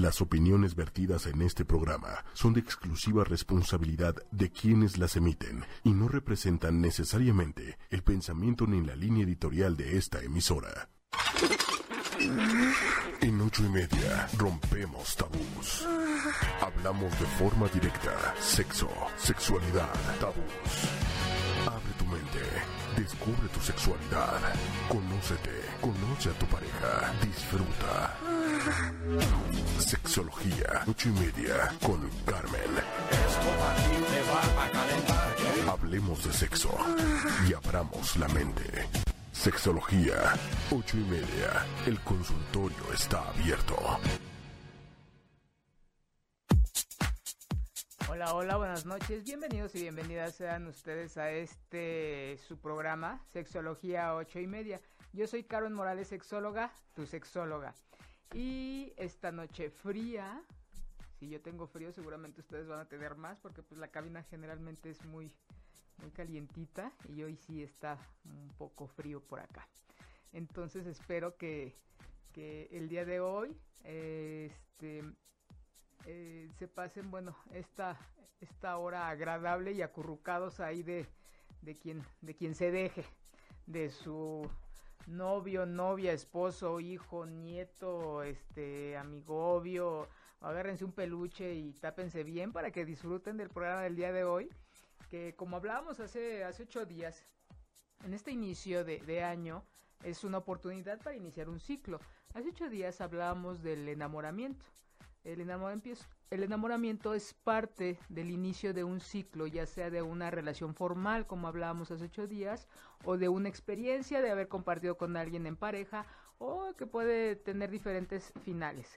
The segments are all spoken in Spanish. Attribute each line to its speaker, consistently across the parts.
Speaker 1: Las opiniones vertidas en este programa son de exclusiva responsabilidad de quienes las emiten y no representan necesariamente el pensamiento ni la línea editorial de esta emisora. En 8:30 rompemos tabús. Hablamos de forma directa, sexo, sexualidad, tabús. Abre tu mente, descubre tu sexualidad, conócete, conoce a tu pareja, disfruta. Sexología, 8:30 con Carmen. Hablemos de sexo y abramos la mente. Sexología, 8:30. El consultorio está abierto.
Speaker 2: Hola, hola, buenas noches. Bienvenidos y bienvenidas sean ustedes a su programa, Sexología 8:30. Yo soy Carmen Morales, sexóloga, tu sexóloga. Y esta noche fría, si yo tengo frío, seguramente ustedes van a tener más, porque pues la cabina generalmente es muy calientita y hoy sí está un poco frío por acá. Entonces espero que el día de hoy se pasen, esta hora agradable y acurrucados ahí de quien se deje, de su novio, novia, esposo, hijo, nieto, amigovio. Agárrense un peluche y tápense bien para que disfruten del programa del día de hoy, que como hablábamos hace 8 días, en este inicio de año es una oportunidad para iniciar un ciclo. Hace 8 días hablábamos del enamoramiento. El enamoramiento es parte del inicio de un ciclo, ya sea de una relación formal, como hablábamos hace 8 días, o de una experiencia de haber compartido con alguien en pareja, o que puede tener diferentes finales.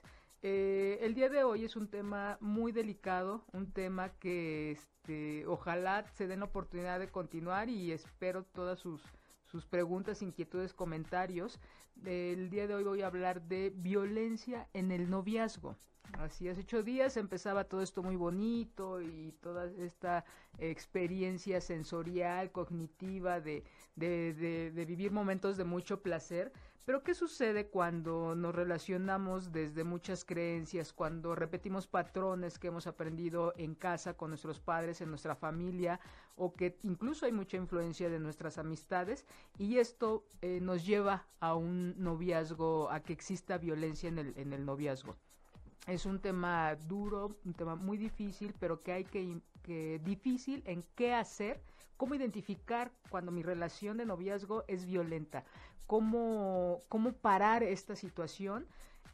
Speaker 2: El día de hoy es un tema muy delicado, un tema que ojalá se den la oportunidad de continuar, y espero todas sus preguntas, inquietudes, comentarios. El día de hoy voy a hablar de violencia en el noviazgo. Así hace 8 días empezaba todo esto muy bonito y toda esta experiencia sensorial, cognitiva de vivir momentos de mucho placer. Pero ¿qué sucede cuando nos relacionamos desde muchas creencias, cuando repetimos patrones que hemos aprendido en casa con nuestros padres, en nuestra familia, o que incluso hay mucha influencia de nuestras amistades, y esto nos lleva a un noviazgo, a que exista violencia en el noviazgo? Es un tema duro, un tema muy difícil, pero que hay que difícil en qué hacer, cómo identificar cuando mi relación de noviazgo es violenta, cómo parar esta situación,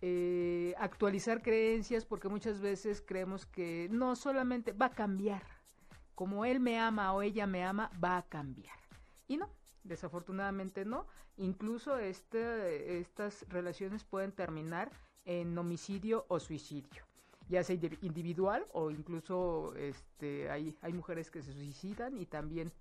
Speaker 2: actualizar creencias, porque muchas veces creemos que no solamente va a cambiar, como él me ama o ella me ama, va a cambiar. Y no, desafortunadamente no. Incluso estas relaciones pueden terminar en homicidio o suicidio, ya sea individual o incluso hay mujeres que se suicidan y también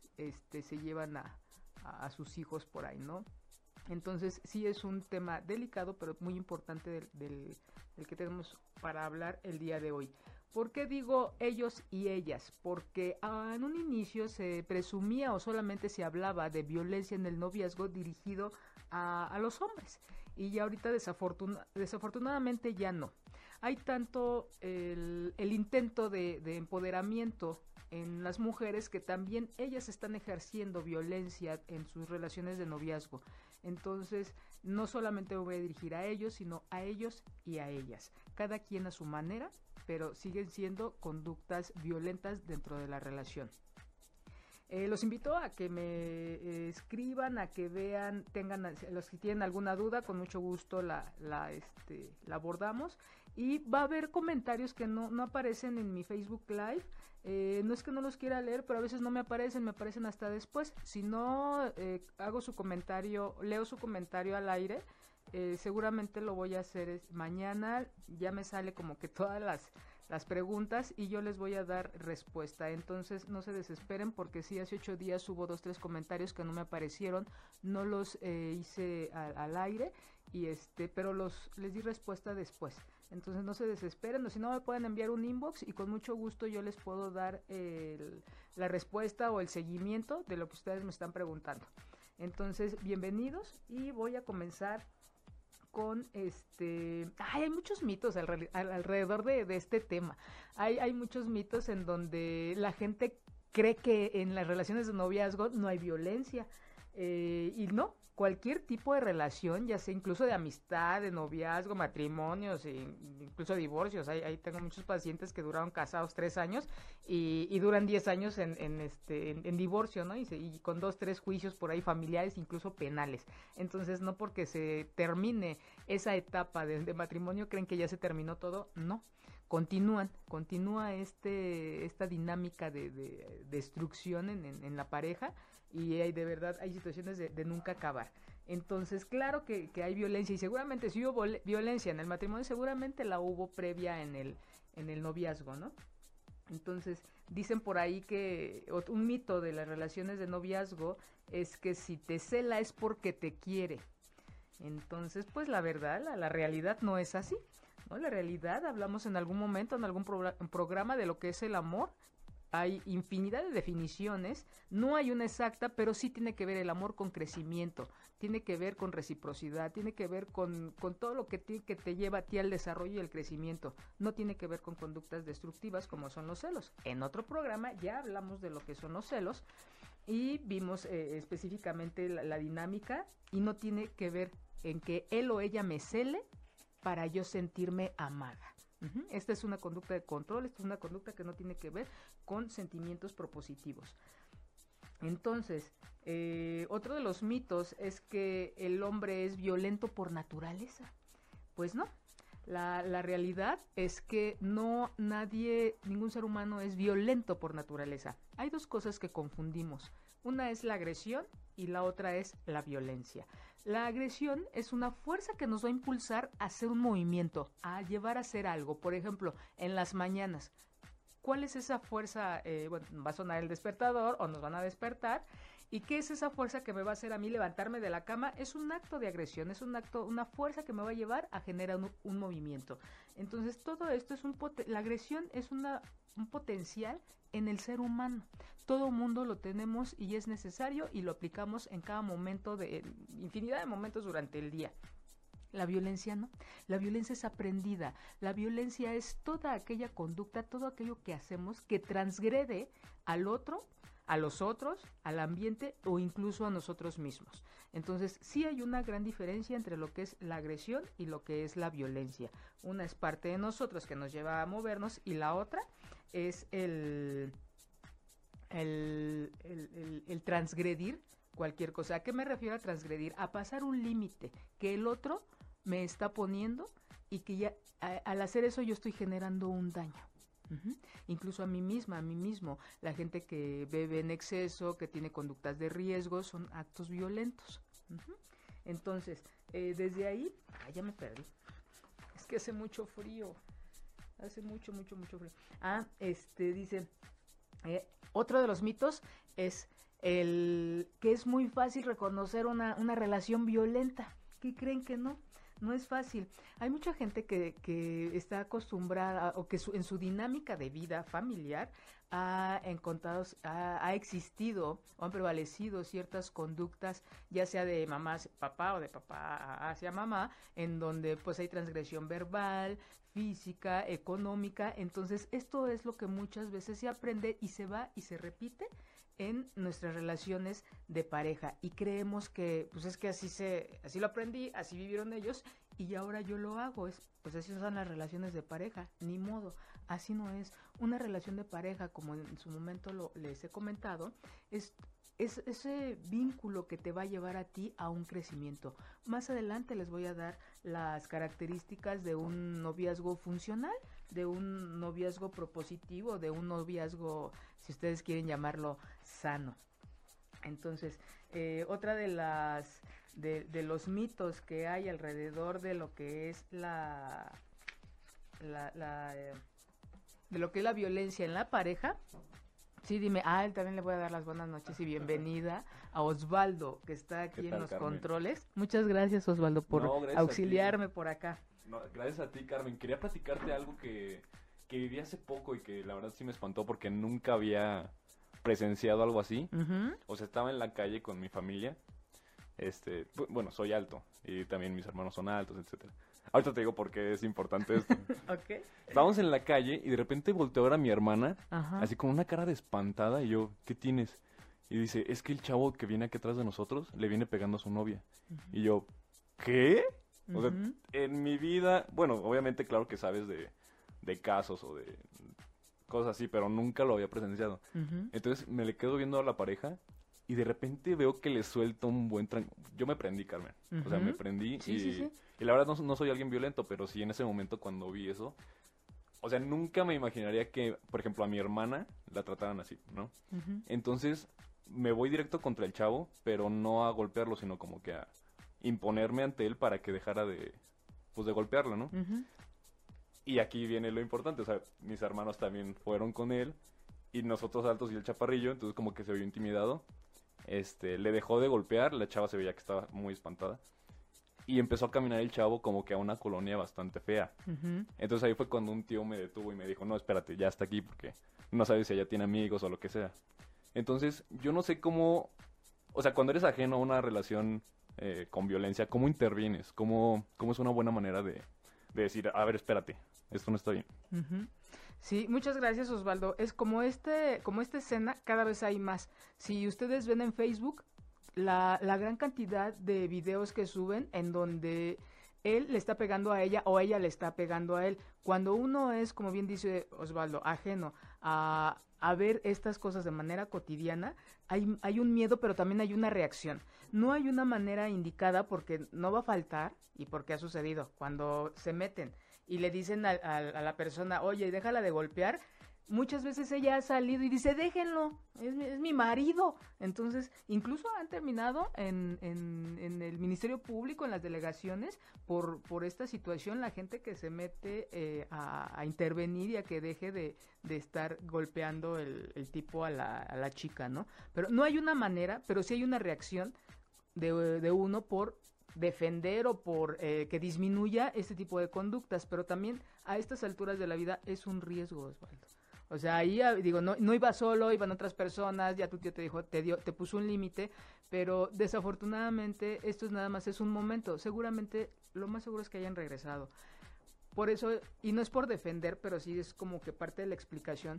Speaker 2: se llevan a sus hijos por ahí, ¿no? Entonces sí es un tema delicado, pero muy importante del que tenemos para hablar el día de hoy. ¿Por qué digo ellos y ellas? Porque en un inicio se presumía o solamente se hablaba de violencia en el noviazgo dirigido a los hombres, y ya ahorita desafortunadamente ya no. Hay tanto el intento de empoderamiento en las mujeres, que también ellas están ejerciendo violencia en sus relaciones de noviazgo. Entonces no solamente voy a dirigir a ellos, sino a ellos y a ellas, cada quien a su manera, pero siguen siendo conductas violentas dentro de la relación. Los invito a que me escriban, a que vean, los que tienen alguna duda, con mucho gusto la abordamos. Y va a haber comentarios que no aparecen en mi Facebook Live. No es que no los quiera leer, pero a veces no me aparecen hasta después. Si no hago su comentario, leo su comentario al aire, seguramente lo voy a hacer mañana. Ya me sale como que todas las preguntas y yo les voy a dar respuesta. Entonces no se desesperen, porque sí, hace 8 días hubo 2-3 comentarios que no me aparecieron, no los hice al aire, y pero les di respuesta después. Entonces no se desesperen, o si no me pueden enviar un inbox y con mucho gusto yo les puedo dar la respuesta o el seguimiento de lo que ustedes me están preguntando. Entonces bienvenidos, y voy a comenzar con hay muchos mitos alrededor de este tema. Hay muchos mitos en donde la gente cree que en las relaciones de noviazgo no hay violencia, y no. Cualquier tipo de relación, ya sea incluso de amistad, de noviazgo, matrimonios, incluso divorcios. Ahí tengo muchos pacientes que duraron casados 3 años y duran 10 años en divorcio, ¿no? Y con 2, 3 juicios por ahí familiares, incluso penales. Entonces, no porque se termine esa etapa de matrimonio, creen que ya se terminó todo. No. Continúa esta dinámica de destrucción en la pareja, y de verdad hay situaciones de nunca acabar. Entonces, claro que hay violencia, y seguramente si hubo violencia en el matrimonio, seguramente la hubo previa en el noviazgo, ¿no? Entonces, dicen por ahí que un mito de las relaciones de noviazgo es que si te cela es porque te quiere. Entonces, pues la verdad, la realidad no es así, ¿no? La realidad, hablamos en algún momento, en algún programa, de lo que es el amor. Hay infinidad de definiciones, no hay una exacta, pero sí tiene que ver el amor con crecimiento, tiene que ver con reciprocidad, tiene que ver con todo lo que te lleva a ti al desarrollo y al crecimiento. No tiene que ver con conductas destructivas como son los celos. En otro programa ya hablamos de lo que son los celos y vimos específicamente la dinámica, y no tiene que ver en que él o ella me cele para yo sentirme amada. Esta es una conducta de control, esta es una conducta que no tiene que ver con sentimientos propositivos. Entonces, otro de los mitos es que el hombre es violento por naturaleza. Pues no, la realidad es que ningún ser humano es violento por naturaleza. Hay dos cosas que confundimos. Una es la agresión y la otra es la violencia. La agresión es una fuerza que nos va a impulsar a hacer un movimiento, a llevar a hacer algo. Por ejemplo, en las mañanas, ¿cuál es esa fuerza? Va a sonar el despertador o nos van a despertar. ¿Y qué es esa fuerza que me va a hacer a mí levantarme de la cama? Es un acto de agresión, es una fuerza que me va a llevar a generar un movimiento. Entonces, todo esto la agresión es un potencial en el ser humano. Todo mundo lo tenemos y es necesario, y lo aplicamos en cada momento, infinidad de momentos durante el día. La violencia no. La violencia es aprendida. La violencia es toda aquella conducta, todo aquello que hacemos que transgrede al otro, a los otros, al ambiente o incluso a nosotros mismos. Entonces, sí hay una gran diferencia entre lo que es la agresión y lo que es la violencia. Una es parte de nosotros que nos lleva a movernos, y la otra es el transgredir cualquier cosa. ¿A qué me refiero a transgredir? A pasar un límite que el otro me está poniendo, y que ya al hacer eso yo estoy generando un daño. Incluso a mí misma, a mí mismo. La gente que bebe en exceso, que tiene conductas de riesgo, son actos violentos. Entonces, desde ahí, ya me perdí. Es que hace mucho frío. Hace mucho frío. Dice, otro de los mitos es que es muy fácil reconocer una relación violenta. ¿Qué creen que no? No es fácil. Hay mucha gente que está acostumbrada, o que en su dinámica de vida familiar ha existido o han prevalecido ciertas conductas, ya sea de mamá hacia papá o de papá hacia mamá, en donde pues hay transgresión verbal, física, económica. Entonces, esto es lo que muchas veces se aprende y se va y se repite en nuestras relaciones de pareja, y creemos que pues es que así lo aprendí, así vivieron ellos y ahora yo lo hago. Pues así son las relaciones de pareja, ni modo, así no es. Una relación de pareja, como en su momento les he comentado, es ese vínculo que te va a llevar a ti a un crecimiento. Más adelante les voy a dar las características de un noviazgo funcional, de un noviazgo propositivo, de un noviazgo, si ustedes quieren llamarlo, sano. Entonces, otra de los mitos que hay alrededor de lo que es de lo que es la violencia en la pareja. Sí, dime, también le voy a dar las buenas noches y bienvenida a Osvaldo, que está aquí en los controles. Muchas gracias, Osvaldo, por auxiliarme por acá.
Speaker 3: No, gracias a ti, Carmen. Quería platicarte algo que viví hace poco y que la verdad sí me espantó porque nunca había presenciado algo así. O sea, estaba en la calle con mi familia. Bueno, soy alto. y también mis hermanos son altos, etcétera. Ahorita te digo por qué es importante esto.
Speaker 2: Ok.
Speaker 3: Estábamos en la calle y de repente volteó a ver a mi hermana,
Speaker 2: Ajá.
Speaker 3: así con una cara de espantada, y yo, ¿qué tienes? Y dice, es que el chavo que viene aquí atrás de nosotros le viene pegando a su novia. Y yo, ¿qué? O sea,
Speaker 2: Ujú.
Speaker 3: en mi vida, bueno, obviamente claro que sabes de casos o de cosas así, pero nunca lo había presenciado.
Speaker 2: Ujú.
Speaker 3: Entonces me le quedo viendo a la pareja y de repente veo que le suelta un buen Yo me prendí, Carmen. O sea,
Speaker 2: Ujú.
Speaker 3: me prendí
Speaker 2: Sí, sí, sí.
Speaker 3: y la verdad no soy alguien violento, pero sí en ese momento cuando vi eso, o sea, nunca me imaginaría que, por ejemplo, a mi hermana la trataran así, ¿no?
Speaker 2: Ujú.
Speaker 3: Entonces me voy directo contra el chavo, pero no a golpearlo, sino como que a imponerme ante él para que dejara pues de golpearlo, ¿no?
Speaker 2: Ujú.
Speaker 3: Y aquí viene lo importante, o sea, mis hermanos también fueron con él y nosotros altos y el chaparrillo, entonces como que se vio intimidado. Le dejó de golpear, la chava se veía que estaba muy espantada y empezó a caminar el chavo como que a una colonia bastante fea.
Speaker 2: Ujú.
Speaker 3: Entonces ahí fue cuando un tío me detuvo y me dijo, no, espérate, ya está aquí porque no sabes si ella tiene amigos o lo que sea. Entonces yo no sé cómo, o sea, cuando eres ajeno a una relación con violencia, ¿cómo intervienes? ¿Cómo es una buena manera de decir, a ver, espérate, esto no está bien?
Speaker 2: Ujú. Sí, muchas gracias, Osvaldo. Es como esta escena, cada vez hay más. Si ustedes ven en Facebook la gran cantidad de videos que suben en donde él le está pegando a ella o ella le está pegando a él. Cuando uno es, como bien dice Osvaldo, ajeno a ver estas cosas de manera cotidiana, hay un miedo, pero también hay una reacción. No hay una manera indicada porque no va a faltar, y porque ha sucedido, cuando se meten y le dicen a la persona, oye, déjala de golpear, muchas veces ella ha salido y dice, déjenlo, es mi marido. Entonces, incluso han terminado en el Ministerio Público, en las delegaciones, por esta situación, la gente que se mete a intervenir y a que deje de estar golpeando el tipo a la chica, ¿no? Pero no hay una manera, pero sí hay una reacción de uno por defender o por que disminuya este tipo de conductas, pero también a estas alturas de la vida es un riesgo, Osvaldo. O sea, ahí digo, no iba solo, iban otras personas, ya tu tío te dijo, te puso un límite, pero desafortunadamente esto nada más es un momento. Seguramente lo más seguro es que hayan regresado. Por eso, y no es por defender, pero sí es como que parte de la explicación,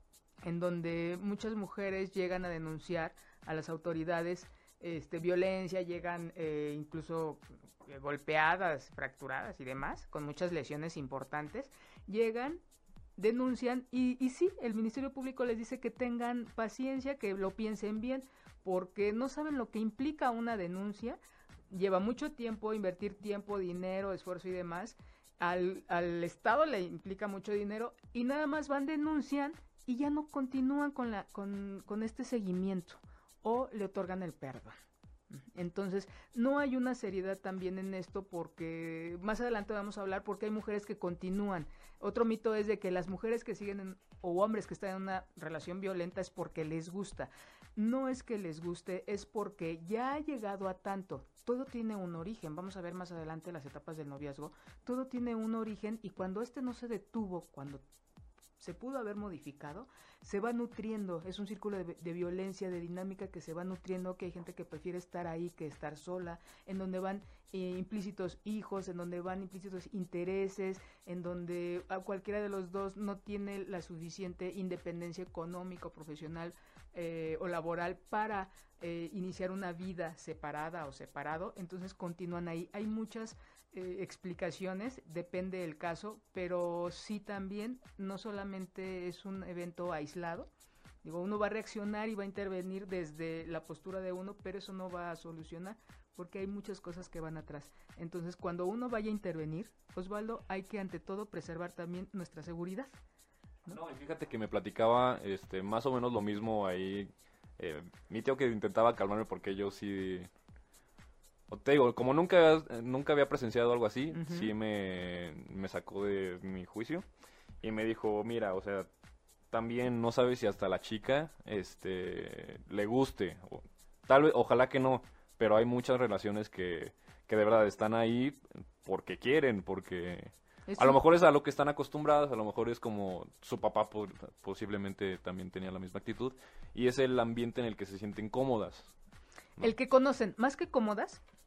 Speaker 2: en donde muchas mujeres llegan a denunciar a las autoridades violencia, llegan incluso golpeadas, fracturadas y demás, con muchas lesiones importantes, llegan, denuncian y sí, el Ministerio Público les dice que tengan paciencia, que lo piensen bien, porque no saben lo que implica una denuncia, lleva mucho tiempo, invertir tiempo, dinero, esfuerzo y demás, al Estado le implica mucho dinero y nada más van, denuncian y ya no continúan con este seguimiento o le otorgan el perdón. Entonces, no hay una seriedad también en esto porque más adelante vamos a hablar porque hay mujeres que continúan. Otro mito es de que las mujeres que siguen o hombres que están en una relación violenta es porque les gusta. No es que les guste, es porque ya ha llegado a tanto. Todo tiene un origen. Vamos a ver más adelante las etapas del noviazgo. Todo tiene un origen y cuando no se detuvo, cuando se pudo haber modificado, se va nutriendo, es un círculo de violencia, de dinámica que se va nutriendo, que hay gente que prefiere estar ahí que estar sola, en donde van implícitos hijos, en donde van implícitos intereses, en donde a cualquiera de los dos no tiene la suficiente independencia económica, profesional o laboral para iniciar una vida separada o separado, entonces continúan ahí. Hay muchas explicaciones, depende del caso, pero sí también no solamente es un evento aislado. Digo, uno va a reaccionar y va a intervenir desde la postura de uno, pero eso no va a solucionar porque hay muchas cosas que van atrás. Entonces, cuando uno vaya a intervenir, Osvaldo, hay que ante todo preservar también nuestra seguridad.
Speaker 3: No, y fíjate que me platicaba más o menos lo mismo ahí. Mi tío que intentaba calmarme porque yo sí... Te digo, como nunca había presenciado algo así,
Speaker 2: Uh-huh.
Speaker 3: sí me sacó de mi juicio y me dijo, mira, o sea, también no sabes si hasta la chica le guste, o, tal vez, ojalá que no, pero hay muchas relaciones que de verdad están ahí porque quieren, porque a lo mejor es a lo que están acostumbradas, a lo mejor es como su papá posiblemente también tenía la misma actitud y es el ambiente en el que se sienten cómodas, ¿no?
Speaker 2: El que conocen, más que cómodas,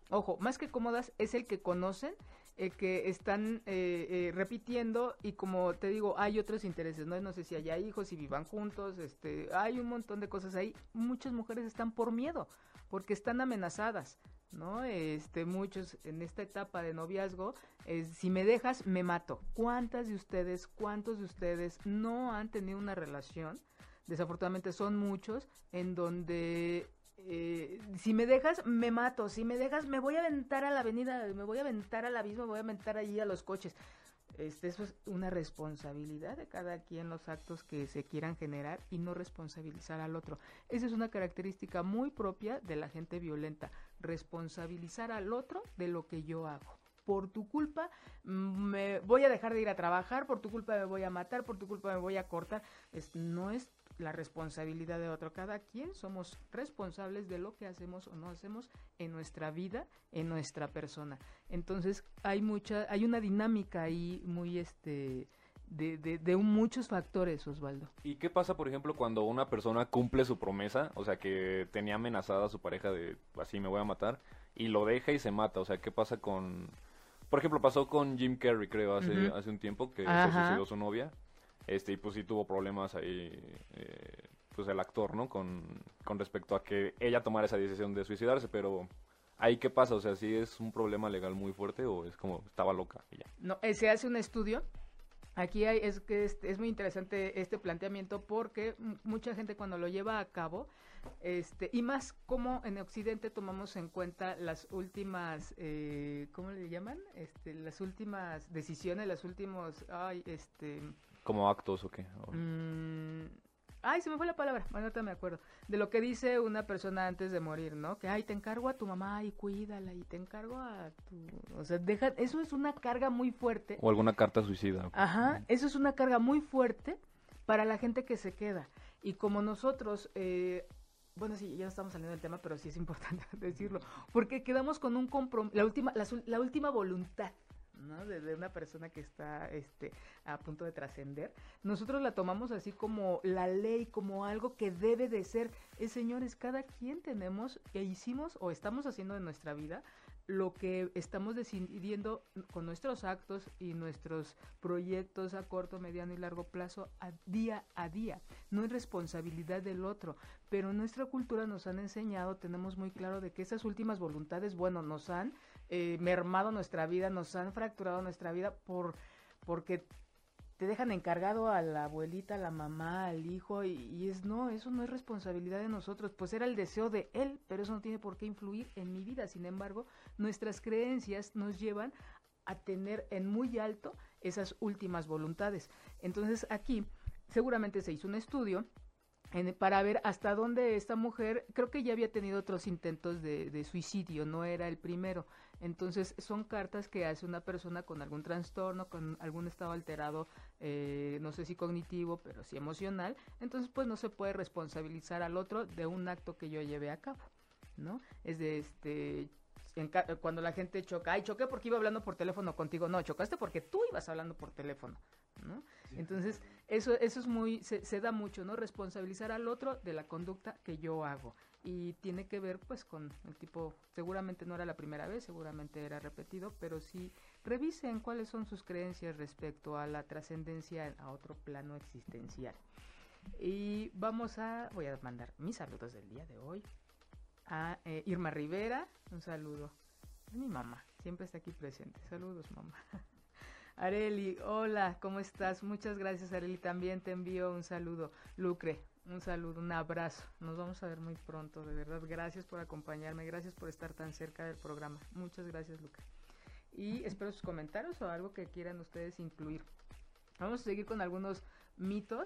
Speaker 2: Ojo, más que cómodas, es el que conocen, el que están repitiendo, y como te digo, hay otros intereses, no sé si haya hijos, si vivan juntos, hay un montón de cosas ahí. Muchas mujeres están por miedo, porque están amenazadas, ¿no? Muchos en esta etapa de noviazgo, si me dejas, me mato. ¿Cuántos de ustedes no han tenido una relación? Desafortunadamente son muchos, en donde si me dejas, me mato. Si me dejas, me voy a aventar a la avenida, me voy a aventar al abismo, me voy a aventar allí a los coches. Eso es una responsabilidad de cada quien, los actos que se quieran generar, y no responsabilizar al otro. Esa es una característica muy propia de la gente violenta, responsabilizar al otro de lo que yo hago. Por tu culpa me voy a dejar de ir a trabajar, por tu culpa me voy a matar, por tu culpa me voy a cortar. No es la responsabilidad de otro. Cada quien somos responsables de lo que hacemos o no hacemos en nuestra vida, en nuestra persona. Entonces hay una dinámica ahí muy de muchos factores, Osvaldo.
Speaker 3: ¿Y qué pasa, por ejemplo, cuando una persona cumple su promesa? O sea, que tenía amenazada a su pareja de así me voy a matar, y lo deja y se mata. O sea, ¿qué pasa con...? Por ejemplo, pasó con Jim Carrey, creo, hace un tiempo, que se suicidó su novia. Y pues sí tuvo problemas ahí, pues el actor, ¿no? Con respecto a que ella tomara esa decisión de suicidarse, pero ¿ahí qué pasa? O sea, ¿sí es un problema legal muy fuerte o es como estaba loca y ya?
Speaker 2: No, se hace un estudio. Aquí es muy interesante este planteamiento, porque mucha gente cuando lo lleva a cabo, y más como en Occidente tomamos en cuenta las últimas, ¿cómo le llaman? Las últimas decisiones, los últimos,
Speaker 3: ¿Como actos o qué?
Speaker 2: Se me fue la palabra, bueno, ahorita me acuerdo, de lo que dice una persona antes de morir, ¿no? Que, te encargo a tu mamá y cuídala, y te encargo a tu... O sea, eso es una carga muy fuerte.
Speaker 3: O alguna carta suicida.
Speaker 2: Ajá, eso es una carga muy fuerte para la gente que se queda. Y como nosotros, bueno, sí, ya estamos saliendo del tema, pero sí es importante decirlo, porque quedamos con un compromiso, la última voluntad, ¿no? De una persona que está a punto de trascender. Nosotros la tomamos así como la ley, como algo que debe de ser. Señores, cada quien tenemos hicimos o estamos haciendo en nuestra vida lo que estamos decidiendo con nuestros actos y nuestros proyectos a corto, mediano y largo plazo, día a día. No es responsabilidad del otro, pero en nuestra cultura nos han enseñado, tenemos muy claro de que esas últimas voluntades, bueno, nos han mermado nuestra vida, nos han fracturado nuestra vida porque te dejan encargado a la abuelita, a la mamá, al hijo, y eso no es responsabilidad de nosotros. Pues era el deseo de él, pero eso no tiene por qué influir en mi vida. Sin embargo, nuestras creencias nos llevan a tener en muy alto esas últimas voluntades. Entonces aquí seguramente se hizo un estudio para ver hasta dónde esta mujer, creo que ya había tenido otros intentos de suicidio, no era el primero. Entonces son cartas que hace una persona con algún trastorno, con algún estado alterado, no sé si cognitivo, pero sí emocional. Entonces pues no se puede responsabilizar al otro de un acto que yo llevé a cabo, ¿no? Es de cuando la gente choca, choqué porque iba hablando por teléfono contigo. No, chocaste porque tú ibas hablando por teléfono, ¿no? Sí. Entonces eso es se da mucho, ¿no? Responsabilizar al otro de la conducta que yo hago, y tiene que ver pues con el tipo, seguramente no era la primera vez, seguramente era repetido, pero sí revisen cuáles son sus creencias respecto a la trascendencia a otro plano existencial. Y voy a mandar mis saludos del día de hoy a Irma Rivera, un saludo. Es mi mamá, siempre está aquí presente. Saludos, mamá. Areli, hola, ¿cómo estás? Muchas gracias, Areli, también te envío un saludo. Lucre, un saludo, un abrazo. Nos vamos a ver muy pronto, de verdad. Gracias por acompañarme, gracias por estar tan cerca del programa. Muchas gracias, Lucre. Y espero sus comentarios o algo que quieran ustedes incluir. Vamos a seguir con algunos mitos.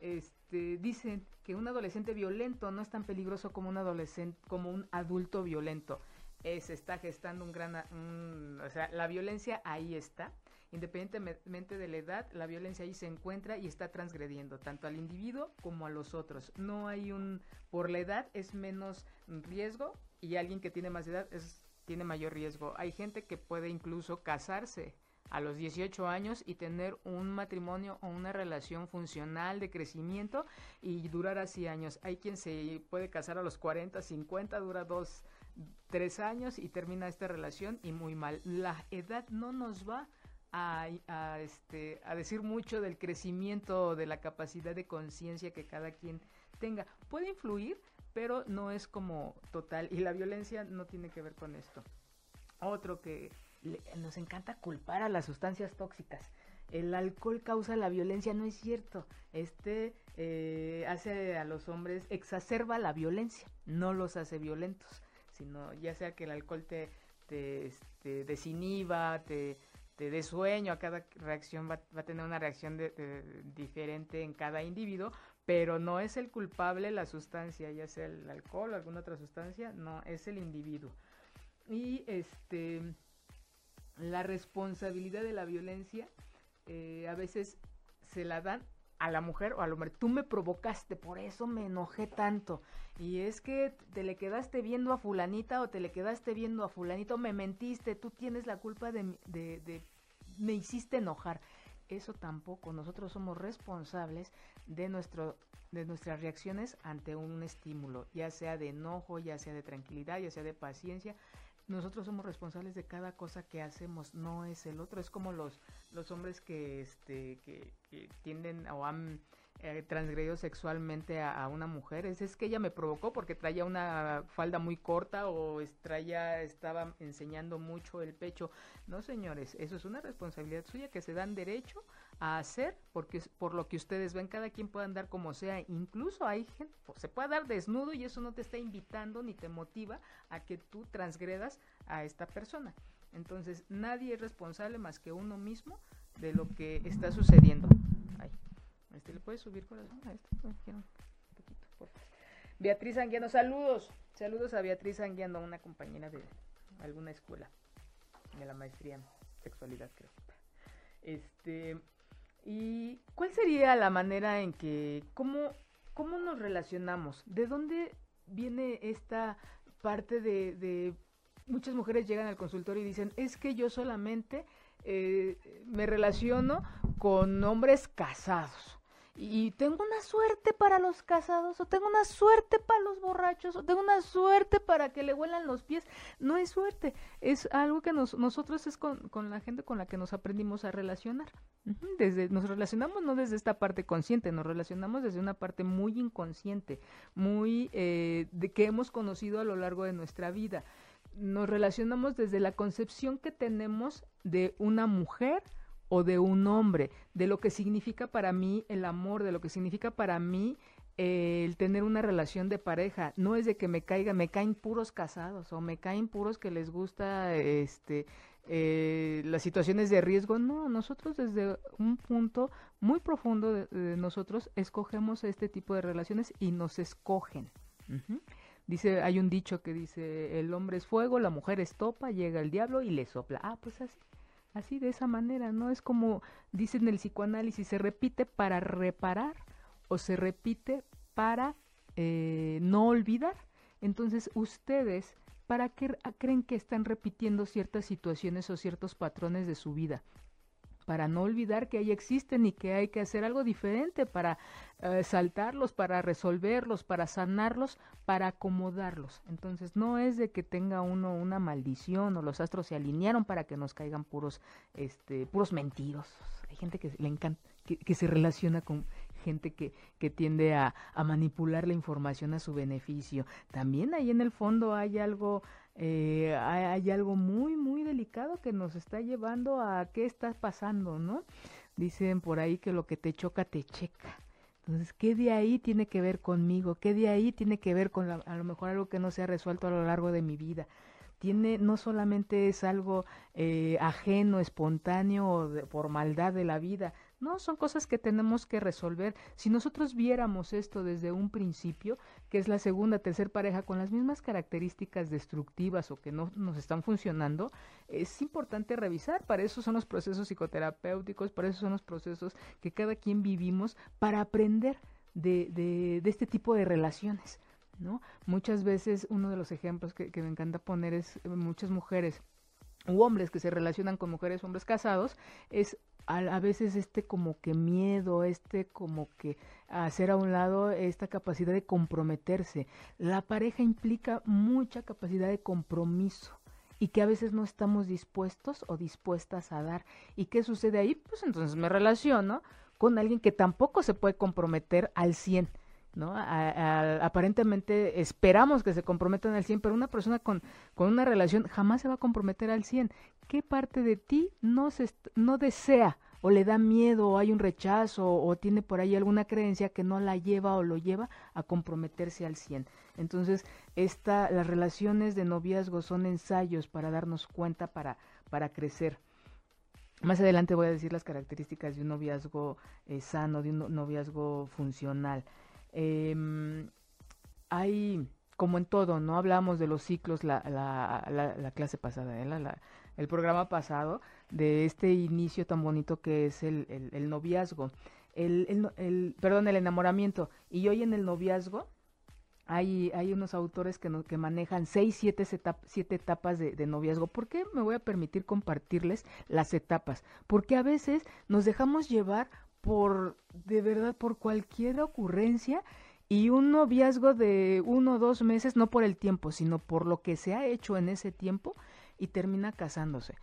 Speaker 2: Dicen que un adolescente violento no es tan peligroso como un adulto violento. Se está gestando o sea, la violencia ahí está. Independientemente de la edad, la violencia ahí se encuentra y está transgrediendo tanto al individuo como a los otros. No hay por la edad es menos riesgo, y alguien que tiene más edad tiene mayor riesgo. Hay gente que puede incluso casarse a los 18 años y tener un matrimonio o una relación funcional de crecimiento y durar así años. Hay quien se puede casar a los 40, 50, dura 3 años y termina esta relación y muy mal. La edad no nos va a decir mucho del crecimiento, de la capacidad de conciencia que cada quien tenga. Puede influir, pero no es como total, y la violencia no tiene que ver con esto. Otro que nos encanta culpar a las sustancias tóxicas. El alcohol causa la violencia, no es cierto. Hace a los hombres, exacerba la violencia, no los hace violentos, sino ya sea que el alcohol te desinhiba, te dé sueño. A cada reacción va a tener una reacción diferente en cada individuo, pero no es el culpable la sustancia, ya sea el alcohol o alguna otra sustancia, no, es el individuo. Y la responsabilidad de la violencia a veces se la dan a la mujer o al hombre. Tú me provocaste, por eso me enojé tanto. Y es que te le quedaste viendo a fulanita o te le quedaste viendo a fulanito, me mentiste, tú tienes la culpa de me hiciste enojar. Eso tampoco. Nosotros somos responsables de nuestras reacciones ante un estímulo, ya sea de enojo, ya sea de tranquilidad, ya sea de paciencia. Nosotros somos responsables de cada cosa que hacemos, no es el otro. Es como los hombres que tienden o han transgredido sexualmente a una mujer. Es que ella me provocó porque traía una falda muy corta o estaba enseñando mucho el pecho. No, señores, eso es una responsabilidad suya que se dan derecho a hacer, porque por lo que ustedes ven, cada quien puede andar como sea. Incluso hay gente, se puede dar desnudo y eso no te está invitando ni te motiva a que tú transgredas a esta persona. Entonces, nadie es responsable más que uno mismo de lo que está sucediendo. Ay, ¿le puedes subir, corazón? A un poquito, por favor. Beatriz Anguiano, saludos a Beatriz Anguiano, una compañera de alguna escuela de la maestría en sexualidad, creo. ¿Y cuál sería la manera en que, cómo nos relacionamos? ¿De dónde viene esta parte de muchas mujeres llegan al consultorio y dicen, es que yo solamente me relaciono con hombres casados? Y tengo una suerte para los casados, o tengo una suerte para los borrachos, o tengo una suerte para que le huelan los pies. No es suerte, es algo que nosotros es con la gente con la que nos aprendimos a relacionar. Nos relacionamos no desde esta parte consciente, nos relacionamos desde una parte muy inconsciente, muy de que hemos conocido a lo largo de nuestra vida. Nos relacionamos desde la concepción que tenemos de una mujer o de un hombre, de lo que significa para mí el amor, de lo que significa para mí el tener una relación de pareja. No es de que me caen puros casados o me caen puros que les gusta las situaciones de riesgo. No, nosotros desde un punto muy profundo de nosotros escogemos este tipo de relaciones y nos escogen. Dice, hay un dicho que dice, el hombre es fuego, la mujer es topa, llega el diablo y le sopla. Ah, pues así de esa manera, ¿no? Es como dicen el psicoanálisis, se repite para reparar o se repite para no olvidar. Entonces, ustedes, ¿para qué creen que están repitiendo ciertas situaciones o ciertos patrones de su vida? Para no olvidar que ahí existen y que hay que hacer algo diferente para saltarlos, para resolverlos, para sanarlos, para acomodarlos. Entonces no es de que tenga uno una maldición o los astros se alinearon para que nos caigan puros mentirosos. Hay gente que le encanta, que se relaciona con gente que tiende a manipular la información a su beneficio. También ahí en el fondo hay algo muy muy delicado que nos está llevando a qué está pasando, ¿no? Dicen por ahí que lo que te choca te checa. Entonces, ¿qué de ahí tiene que ver conmigo? ¿Qué de ahí tiene que ver con a lo mejor algo que no se ha resuelto a lo largo de mi vida? No solamente es algo ajeno, espontáneo o por maldad de la vida. No, son cosas que tenemos que resolver. Si nosotros viéramos esto desde un principio, que es la segunda, tercera pareja con las mismas características destructivas o que no nos están funcionando, es importante revisar. Para eso son los procesos psicoterapéuticos, para eso son los procesos que cada quien vivimos para aprender de este tipo de relaciones, ¿no? Muchas veces uno de los ejemplos que me encanta poner es muchas mujeres u hombres que se relacionan con mujeres o hombres casados, es a veces como que miedo, como que hacer a un lado esta capacidad de comprometerse. La pareja implica mucha capacidad de compromiso y que a veces no estamos dispuestos o dispuestas a dar. ¿Y qué sucede ahí? Pues entonces me relaciono con alguien que tampoco se puede comprometer al 100, ¿no? Aparentemente esperamos que se comprometan al 100, pero una persona con una relación jamás se va a comprometer al 100. ¿Qué parte de ti no desea o le da miedo o hay un rechazo o tiene por ahí alguna creencia que no la lleva o lo lleva a comprometerse al 100? Entonces, las relaciones de noviazgo son ensayos para darnos cuenta, para crecer. Más adelante voy a decir las características de un noviazgo sano, de un noviazgo funcional. Hay, como en todo, ¿no? Hablamos de los ciclos la clase pasada, el programa pasado, de este inicio tan bonito que es el noviazgo, el enamoramiento. Y hoy en el noviazgo hay unos autores que manejan 7 etapas de noviazgo. ¿Por qué me voy a permitir compartirles las etapas? Porque a veces nos dejamos llevar de verdad, por cualquier ocurrencia, y un noviazgo de 1 o 2 meses, no por el tiempo, sino por lo que se ha hecho en ese tiempo, y termina casándose.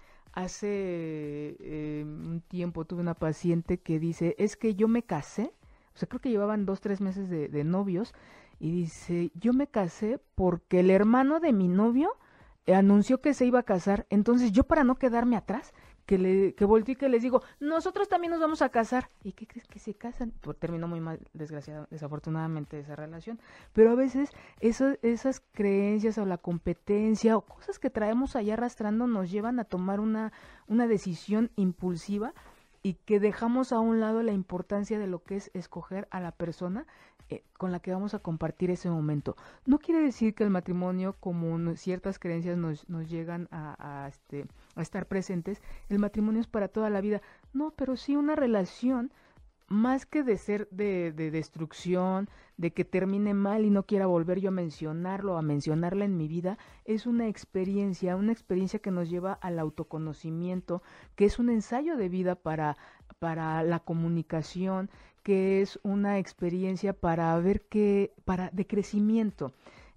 Speaker 2: Hace un tiempo tuve una paciente que dice, es que yo me casé, o sea, creo que llevaban 2-3 meses de novios, y dice, yo me casé porque el hermano de mi novio anunció que se iba a casar, entonces yo, para no quedarme atrás, que volteé y que les digo, nosotros también nos vamos a casar. ¿Y qué crees? Que se casan. Pues terminó muy mal, desafortunadamente, esa relación. Pero a veces esas creencias o la competencia o cosas que traemos allá arrastrando nos llevan a tomar una decisión impulsiva, y que dejamos a un lado la importancia de lo que es escoger a la persona con la que vamos a compartir ese momento. No quiere decir que el matrimonio, como ciertas creencias nos llegan a estar presentes, el matrimonio es para toda la vida. No, pero sí una relación, más que de ser de destrucción, de que termine mal y no quiera volver yo a mencionarlo, a mencionarla en mi vida, es una experiencia que nos lleva al autoconocimiento, que es un ensayo de vida para la comunicación, que es una experiencia para ver de crecimiento.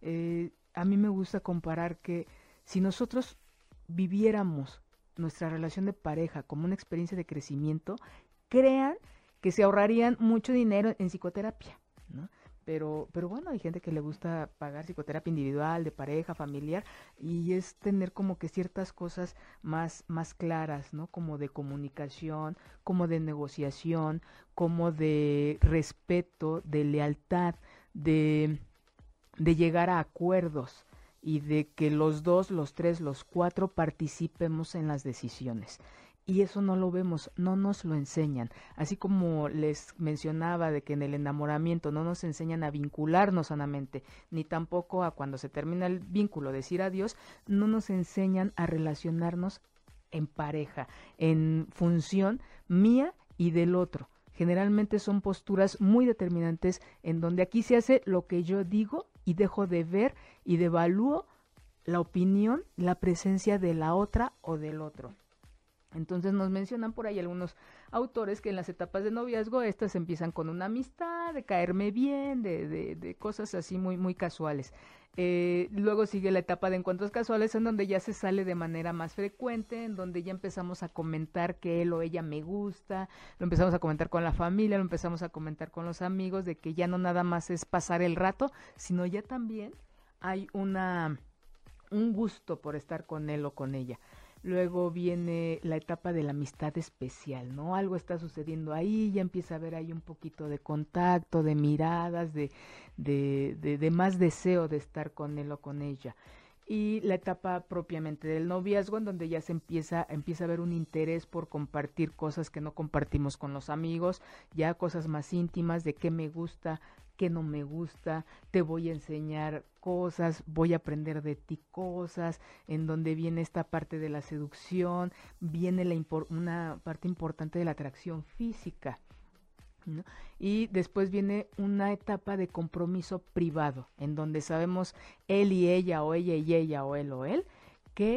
Speaker 2: A mí me gusta comparar que si nosotros viviéramos nuestra relación de pareja como una experiencia de crecimiento, crean que se ahorrarían mucho dinero en psicoterapia, ¿no? Pero bueno, hay gente que le gusta pagar psicoterapia individual, de pareja, familiar, y es tener como que ciertas cosas más claras, ¿no? Como de comunicación, como de negociación, como de respeto, de lealtad, de llegar a acuerdos, y de que los 2, los 3, los 4 participemos en las decisiones. Y eso no lo vemos, no nos lo enseñan. Así como les mencionaba de que en el enamoramiento no nos enseñan a vincularnos sanamente, ni tampoco a cuando se termina el vínculo decir adiós, no nos enseñan a relacionarnos en pareja, en función mía y del otro. Generalmente son posturas muy determinantes en donde aquí se hace lo que yo digo y dejo de ver y devalúo la opinión, la presencia de la otra o del otro. Entonces nos mencionan por ahí algunos autores que en las etapas de noviazgo estas empiezan con una amistad, de caerme bien, de cosas así muy casuales. Luego sigue la etapa de encuentros casuales, en donde ya se sale de manera más frecuente, en donde ya empezamos a comentar que él o ella me gusta, lo empezamos a comentar con la familia, lo empezamos a comentar con los amigos, de que ya no nada más es pasar el rato, sino ya también hay un gusto por estar con él o con ella. Luego viene la etapa de la amistad especial, ¿no? Algo está sucediendo ahí, ya empieza a haber ahí un poquito de contacto, de miradas, de más deseo de estar con él o con ella. Y la etapa propiamente del noviazgo, en donde ya se empieza a haber un interés por compartir cosas que no compartimos con los amigos, ya cosas más íntimas de qué me gusta, qué no me gusta, te voy a enseñar cosas, voy a aprender de ti cosas, en donde viene esta parte de la seducción, viene una parte importante de la atracción física, ¿no? Y después viene una etapa de compromiso privado, en donde sabemos él y ella, o ella y ella, o él, que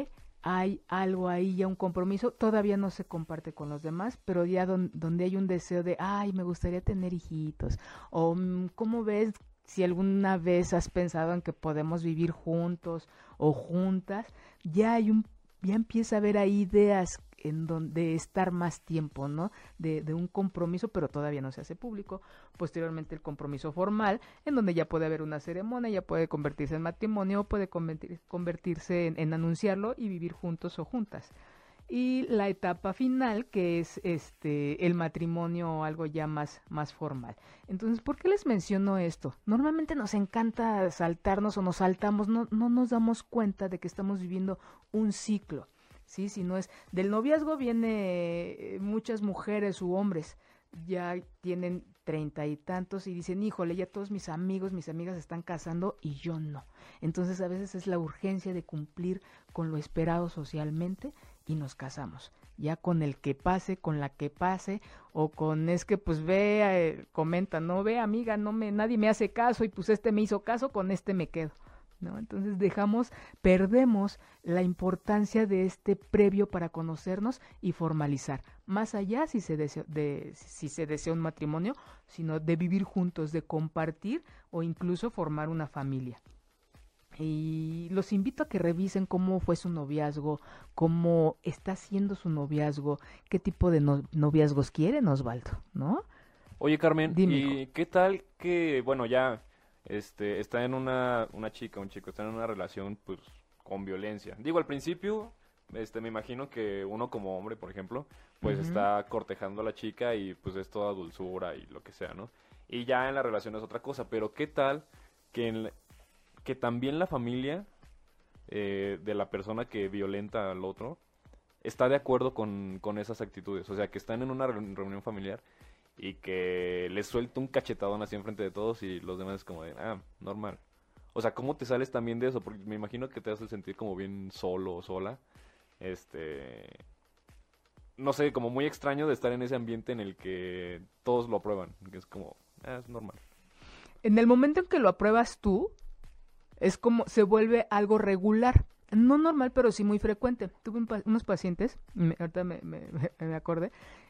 Speaker 2: hay algo ahí, ya un compromiso, todavía no se comparte con los demás, pero ya donde hay un deseo de, ay, me gustaría tener hijitos, o ¿cómo ves si alguna vez has pensado en que podemos vivir juntos o juntas? Ya empieza a haber ahí ideas en donde estar más tiempo, ¿no? De un compromiso, pero todavía no se hace público. Posteriormente el compromiso formal, en donde ya puede haber una ceremonia, ya puede convertirse en matrimonio, puede convertirse en anunciarlo y vivir juntos o juntas. Y la etapa final, que es el matrimonio o algo ya más formal. Entonces, ¿por qué les menciono esto? Normalmente nos encanta saltarnos o nos saltamos, no nos damos cuenta de que estamos viviendo un ciclo. Sí, si no es del noviazgo viene muchas mujeres u hombres ya tienen 30 y tantos y dicen, híjole, ya todos mis amigos, mis amigas se están casando y yo no. Entonces a veces es la urgencia de cumplir con lo esperado socialmente y nos casamos. Ya con el que pase, con la que pase, o con es que pues ve, comenta, no ve amiga, nadie me hace caso y pues me hizo caso, con me quedo. ¿No? Entonces perdemos la importancia de este previo para conocernos y formalizar, más allá si se desea un matrimonio, sino de vivir juntos, de compartir o incluso formar una familia. Y los invito a que revisen cómo fue su noviazgo, cómo está siendo su noviazgo, qué tipo de noviazgos quieren, Osvaldo, ¿no?
Speaker 3: Oye, Carmen,
Speaker 2: Dime,
Speaker 3: ¿y qué tal que, bueno, ya está en una chica, un chico, está en una relación, pues, con violencia? Digo, al principio, me imagino que uno como hombre, por ejemplo, pues está cortejando a la chica y pues es toda dulzura y lo que sea, ¿no? Y ya en la relación es otra cosa, pero ¿qué tal que también la familia de la persona que violenta al otro está de acuerdo con esas actitudes? O sea, que están en una reunión familiar y que les suelta un cachetadón así enfrente de todos y los demás es como de, normal. O sea, ¿cómo te sales también de eso? Porque me imagino que te hace sentir como bien solo o sola. No sé, como muy extraño de estar en ese ambiente en el que todos lo aprueban. Que es como, es normal.
Speaker 2: En el momento en que lo apruebas tú, es como se vuelve algo regular. No normal, pero sí muy frecuente. Tuve unos pacientes, ahorita me acordé,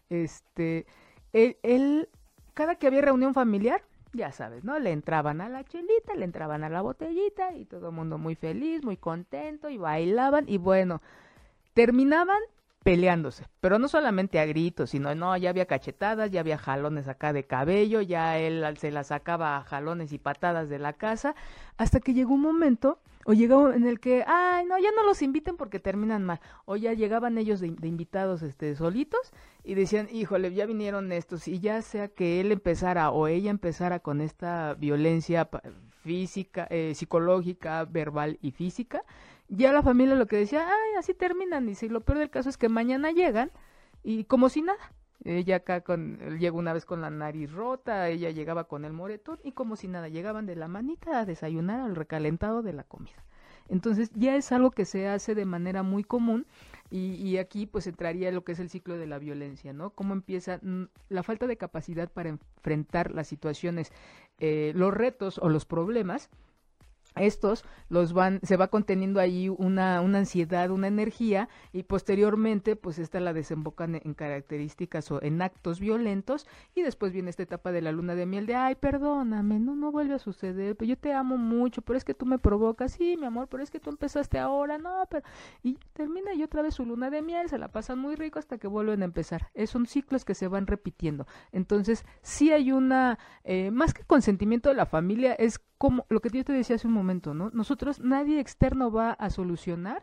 Speaker 2: él, cada que había reunión familiar, ya sabes, ¿no? Le entraban a la chelita, le entraban a la botellita y todo el mundo muy feliz, muy contento y bailaban y bueno, terminaban peleándose, pero no solamente a gritos, sino ya había cachetadas, ya había jalones acá de cabello, ya él se la sacaba a jalones y patadas de la casa, hasta que llegó un momento, o llegó en el que, ya no los inviten porque terminan mal, o ya llegaban ellos de invitados solitos, y decían, híjole, ya vinieron estos, y ya sea que él empezara o ella empezara con esta violencia física, psicológica, verbal y física, ya la familia lo que decía, así terminan, y lo peor del caso es que mañana llegan y como si nada. Ella acá llegó una vez con la nariz rota, ella llegaba con el moretón y como si nada, llegaban de la manita a desayunar al recalentado de la comida. Entonces ya es algo que se hace de manera muy común y aquí pues entraría lo que es el ciclo de la violencia, ¿no? Cómo empieza la falta de capacidad para enfrentar las situaciones, los retos o los problemas. Estos se va conteniendo ahí una ansiedad, una energía, y posteriormente pues la desembocan en características o en actos violentos, y después viene esta etapa de la luna de miel de, perdóname, no vuelve a suceder, pero yo te amo mucho, pero es que tú me provocas, sí, mi amor, pero es que tú empezaste ahora, y termina y otra vez su luna de miel, se la pasan muy rico hasta que vuelven a empezar. Son ciclos que se van repitiendo. Entonces, sí hay más que consentimiento de la familia, es como lo que yo te decía hace un momento, ¿no? Nadie externo va a solucionar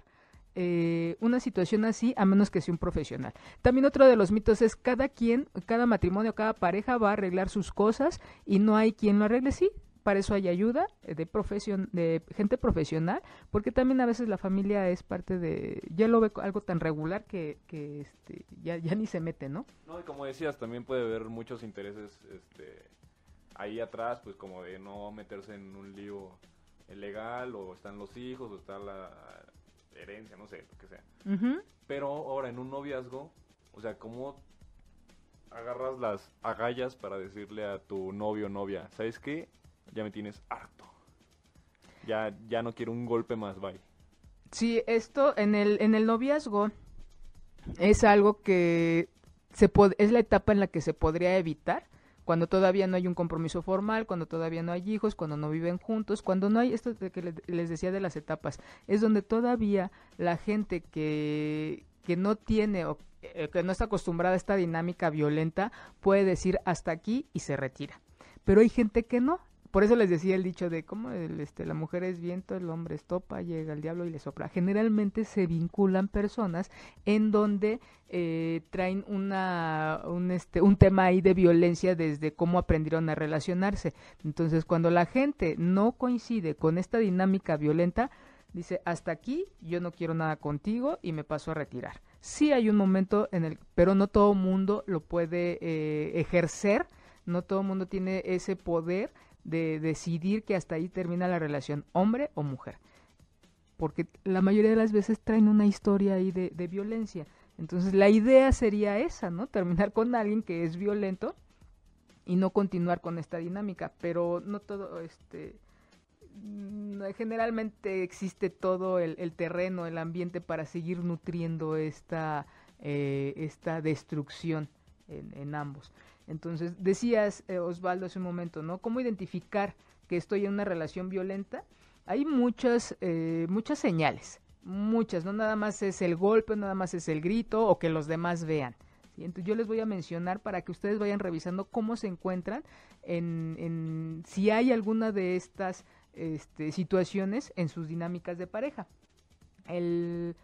Speaker 2: una situación así a menos que sea un profesional. También otro de los mitos es cada matrimonio, cada pareja va a arreglar sus cosas y no hay quien lo arregle, sí. Para eso hay ayuda de gente profesional, porque también a veces la familia es parte ya lo ve algo tan regular que ya ni se mete, ¿no?
Speaker 3: No, y como decías, también puede haber muchos intereses ahí atrás, pues como de no meterse en un lío legal, o están los hijos, o está la herencia, no sé, lo que sea.
Speaker 2: Uh-huh.
Speaker 3: Pero ahora en un noviazgo, o sea, ¿cómo agarras las agallas para decirle a tu novio o novia, ¿sabes qué? Ya me tienes harto. Ya no quiero un golpe más, bye.
Speaker 2: Sí, esto en el noviazgo es algo que es la etapa en la que se podría evitar cuando todavía no hay un compromiso formal, cuando todavía no hay hijos, cuando no viven juntos, cuando no hay esto de que les decía de las etapas, es donde todavía la gente que no tiene o que no está acostumbrada a esta dinámica violenta puede decir hasta aquí y se retira. Pero hay gente que no. Por eso les decía el dicho de cómo la mujer es viento, el hombre es topa, llega el diablo y le sopla. Generalmente se vinculan personas en donde traen un tema ahí de violencia desde cómo aprendieron a relacionarse. Entonces, cuando la gente no coincide con esta dinámica violenta, dice, hasta aquí, yo no quiero nada contigo y me paso a retirar. Sí hay un momento pero no todo mundo lo puede ejercer, no todo mundo tiene ese poder de decidir que hasta ahí termina la relación, hombre o mujer, porque la mayoría de las veces traen una historia ahí de violencia. Entonces la idea sería esa, ¿no? Terminar con alguien que es violento y no continuar con esta dinámica, pero no todo, generalmente existe todo el terreno, el ambiente para seguir nutriendo esta destrucción en ambos. Entonces, decías, Osvaldo, hace un momento, ¿no? ¿Cómo identificar que estoy en una relación violenta? Hay muchas señales, muchas, no nada más es el golpe, nada más es el grito o que los demás vean. ¿Sí? Entonces, yo les voy a mencionar para que ustedes vayan revisando cómo se encuentran si hay alguna de estas situaciones en sus dinámicas de pareja. Él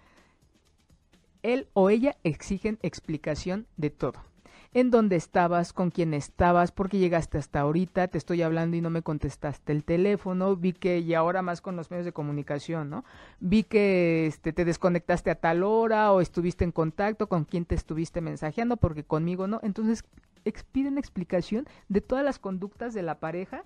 Speaker 2: o ella exigen explicación de todo. En dónde estabas, con quién estabas, por qué llegaste hasta ahorita, te estoy hablando y no me contestaste el teléfono, vi que, y ahora más con los medios de comunicación, ¿no? Vi que te desconectaste a tal hora o estuviste en contacto, con quién te estuviste mensajeando, porque conmigo no. Entonces, piden explicación de todas las conductas de la pareja,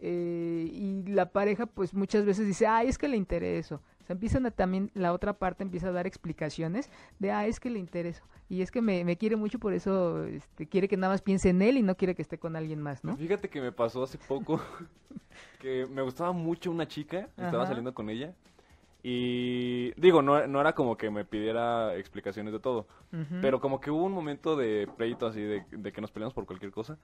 Speaker 2: y la pareja pues muchas veces dice, es que le intereso. O sea, también la otra parte empieza a dar explicaciones de, es que le intereso. Y es que me quiere mucho, por eso quiere que nada más piense en él y no quiere que esté con alguien más, ¿no?
Speaker 3: Fíjate que me pasó hace poco que me gustaba mucho una chica, estaba saliendo con ella. Y digo, no era como que me pidiera explicaciones de todo, pero como que hubo un momento de pleito así, de que nos peleamos por cualquier cosa.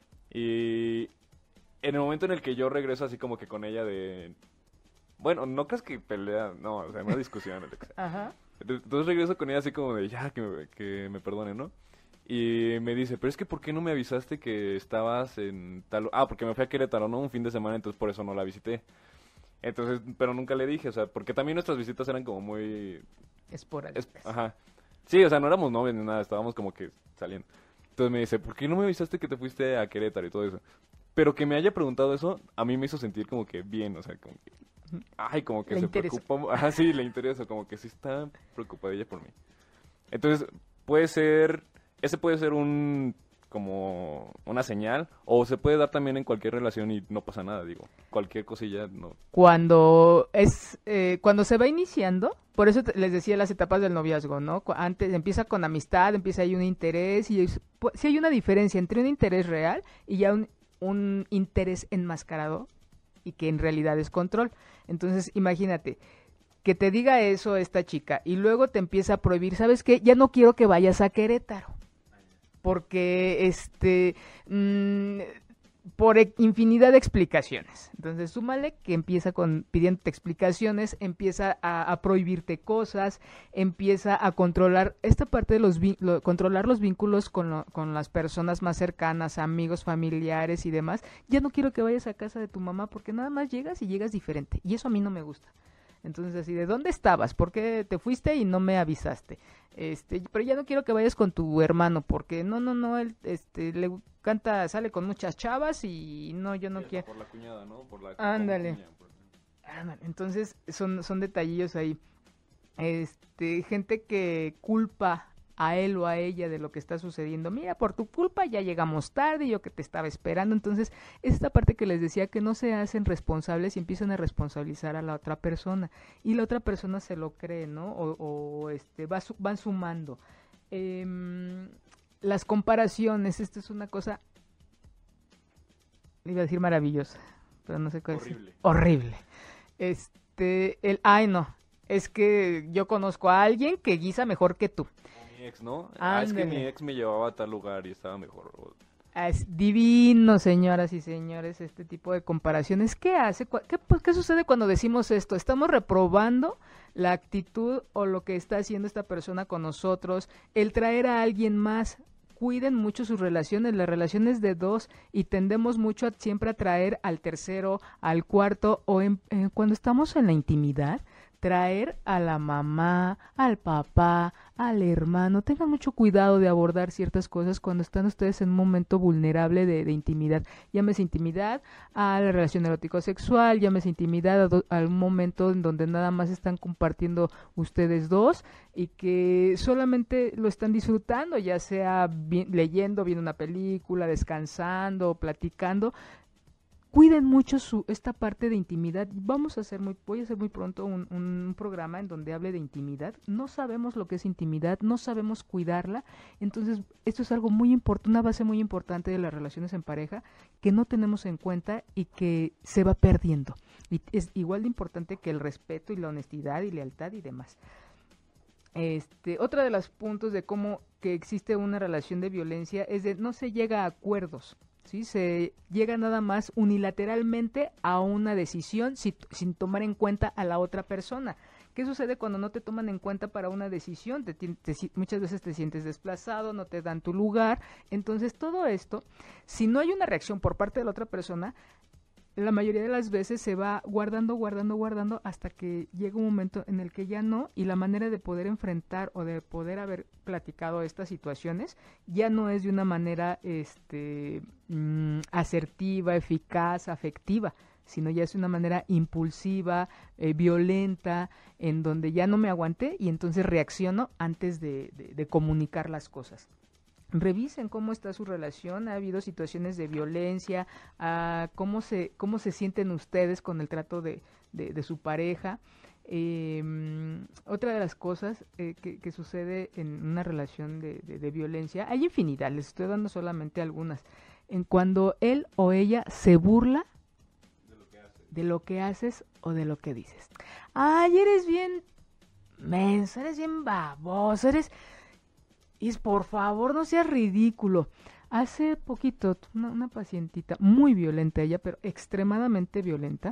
Speaker 3: Y en el momento en el que yo regreso así como que con ella bueno, no crees que pelea, no, o sea, una discusión.
Speaker 2: Ajá.
Speaker 3: Entonces regreso con ella así como de, ya, que me perdone, ¿no? Y me dice, pero es que ¿por qué no me avisaste que estabas en tal... porque me fui a Querétaro, ¿no? Un fin de semana, entonces por eso no la visité. Entonces, pero nunca le dije, o sea, porque también nuestras visitas eran como muy...
Speaker 2: esporádicas.
Speaker 3: Ajá. Sí, o sea, no éramos novios ni nada, estábamos como que saliendo. Entonces me dice, ¿por qué no me avisaste que te fuiste a Querétaro y todo eso? Pero que me haya preguntado eso, a mí me hizo sentir como que bien, o sea, como que... como que se preocupa. Sí, le interesa, como que sí está preocupada ella por mí. Entonces, ese puede ser como una señal, o se puede dar también en cualquier relación y no pasa nada, digo, cualquier cosilla, no.
Speaker 2: Cuando se va iniciando, por eso les decía las etapas del noviazgo, ¿no? Antes empieza con amistad, empieza ahí un interés, y si hay una diferencia entre un interés real y ya un interés enmascarado, y que en realidad es control. Entonces, imagínate, que te diga eso esta chica, y luego te empieza a prohibir, ¿sabes qué? Ya no quiero que vayas a Querétaro, porque por infinidad de explicaciones. Entonces, súmale que empieza pidiéndote explicaciones, empieza a prohibirte cosas, empieza a controlar esta parte de controlar los vínculos con las personas más cercanas, amigos, familiares y demás. Ya no quiero que vayas a casa de tu mamá porque nada más llegas y llegas diferente. Y eso a mí no me gusta. Entonces, así, ¿de dónde estabas? ¿Por qué te fuiste y no me avisaste? Pero ya no quiero que vayas con tu hermano, porque no, él, le canta, sale con muchas chavas y no, yo no quiero.
Speaker 3: Por la cuñada, ¿no?
Speaker 2: Ándale. Entonces, son detallillos ahí. Gente que culpa a él o a ella de lo que está sucediendo. Mira, por tu culpa ya llegamos tarde, yo que te estaba esperando. Entonces, esta parte que les decía, que no se hacen responsables y empiezan a responsabilizar a la otra persona. Y la otra persona se lo cree, ¿no? Van sumando. Las comparaciones, esto es una cosa, iba a decir maravillosa, pero no sé cuál es.
Speaker 3: Horrible.
Speaker 2: Horrible. No. es que yo conozco a alguien que guisa mejor que tú.
Speaker 3: Mi ex, ¿no? Es que
Speaker 2: Ándale.
Speaker 3: mi ex me llevaba a tal lugar y estaba mejor.
Speaker 2: Es divino, señoras y señores, este tipo de comparaciones. ¿Qué hace? ¿Qué sucede cuando decimos esto? Estamos reprobando la actitud o lo que está haciendo esta persona con nosotros, el traer a alguien más. Cuiden mucho sus relaciones, las relaciones de dos, y tendemos mucho siempre a traer al tercero, al cuarto, o cuando estamos en la intimidad, traer a la mamá, al papá, al hermano. Tengan mucho cuidado de abordar ciertas cosas cuando están ustedes en un momento vulnerable de intimidad. Llámese intimidad a la relación erótico-sexual, llámese intimidad a un momento en donde nada más están compartiendo ustedes dos y que solamente lo están disfrutando, ya sea leyendo, viendo una película, descansando, platicando. Cuiden mucho esta parte de intimidad. Voy a hacer muy pronto un programa en donde hable de intimidad. No sabemos lo que es intimidad, no sabemos cuidarla. Entonces, esto es algo muy importante, una base muy importante de las relaciones en pareja que no tenemos en cuenta y que se va perdiendo. Y es igual de importante que el respeto y la honestidad y lealtad y demás. Otra de los puntos de cómo que existe una relación de violencia es de no se llega a acuerdos. ¿Sí? Se llega nada más unilateralmente a una decisión sin tomar en cuenta a la otra persona. ¿Qué sucede cuando no te toman en cuenta para una decisión? Muchas veces te sientes desplazado, no te dan tu lugar. Entonces todo esto, si no hay una reacción por parte de la otra persona, la mayoría de las veces se va guardando hasta que llega un momento en el que ya no, y la manera de poder enfrentar o de poder haber platicado estas situaciones ya no es de una manera asertiva, eficaz, afectiva, sino ya es una manera impulsiva, violenta, en donde ya no me aguanté y entonces reacciono antes de comunicar las cosas. Revisen cómo está su relación, ha habido situaciones de violencia, cómo se sienten ustedes con el trato de su pareja. Otra de las cosas que sucede en una relación de violencia, hay infinidad, les estoy dando solamente algunas, en cuando él o ella se burla de lo que haces o de lo que dices. Ay, eres bien menso, eres bien baboso, Y por favor, no seas ridículo. Hace poquito, una pacientita muy violenta ella, pero extremadamente violenta.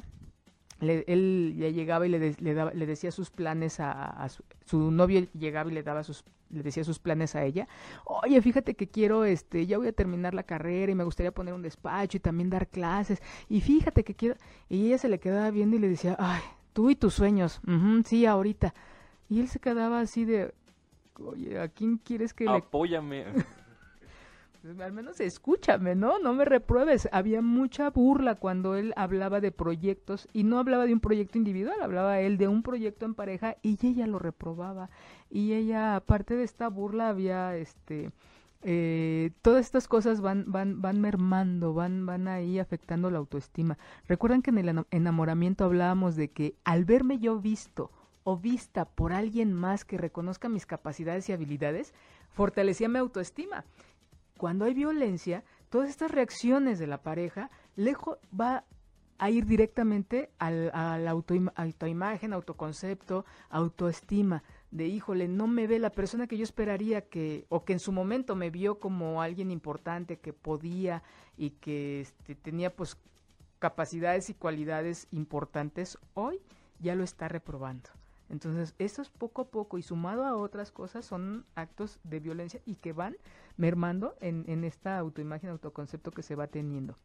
Speaker 2: Él ya llegaba y le decía sus planes a su novio, llegaba y le decía sus planes a ella. Oye, fíjate que quiero, ya voy a terminar la carrera y me gustaría poner un despacho y también dar clases. Y fíjate que quiero. Y ella se le quedaba viendo y le decía, ay, tú y tus sueños, sí, ahorita. Y él se quedaba así de, oye, ¿a quién quieres que
Speaker 3: Apóyame.
Speaker 2: Pues, al menos escúchame, ¿no? No me repruebes. Había mucha burla cuando él hablaba de proyectos y no hablaba de un proyecto individual, hablaba él de un proyecto en pareja y ella lo reprobaba. Y ella, aparte de esta burla, había todas estas cosas van mermando, van ahí afectando la autoestima. Recuerdan que en el enamoramiento hablábamos de que al verme yo visto o vista por alguien más que reconozca mis capacidades y habilidades, fortalecía mi autoestima. Cuando hay violencia, todas estas reacciones de la pareja va a ir directamente a la autoimagen, autoconcepto, autoestima, de híjole, no me ve la persona que yo esperaría o que en su momento me vio como alguien importante, que podía y que tenía pues capacidades y cualidades importantes, hoy ya lo está reprobando. Entonces, estos poco a poco y sumado a otras cosas son actos de violencia y que van mermando en esta autoimagen, autoconcepto que se va teniendo.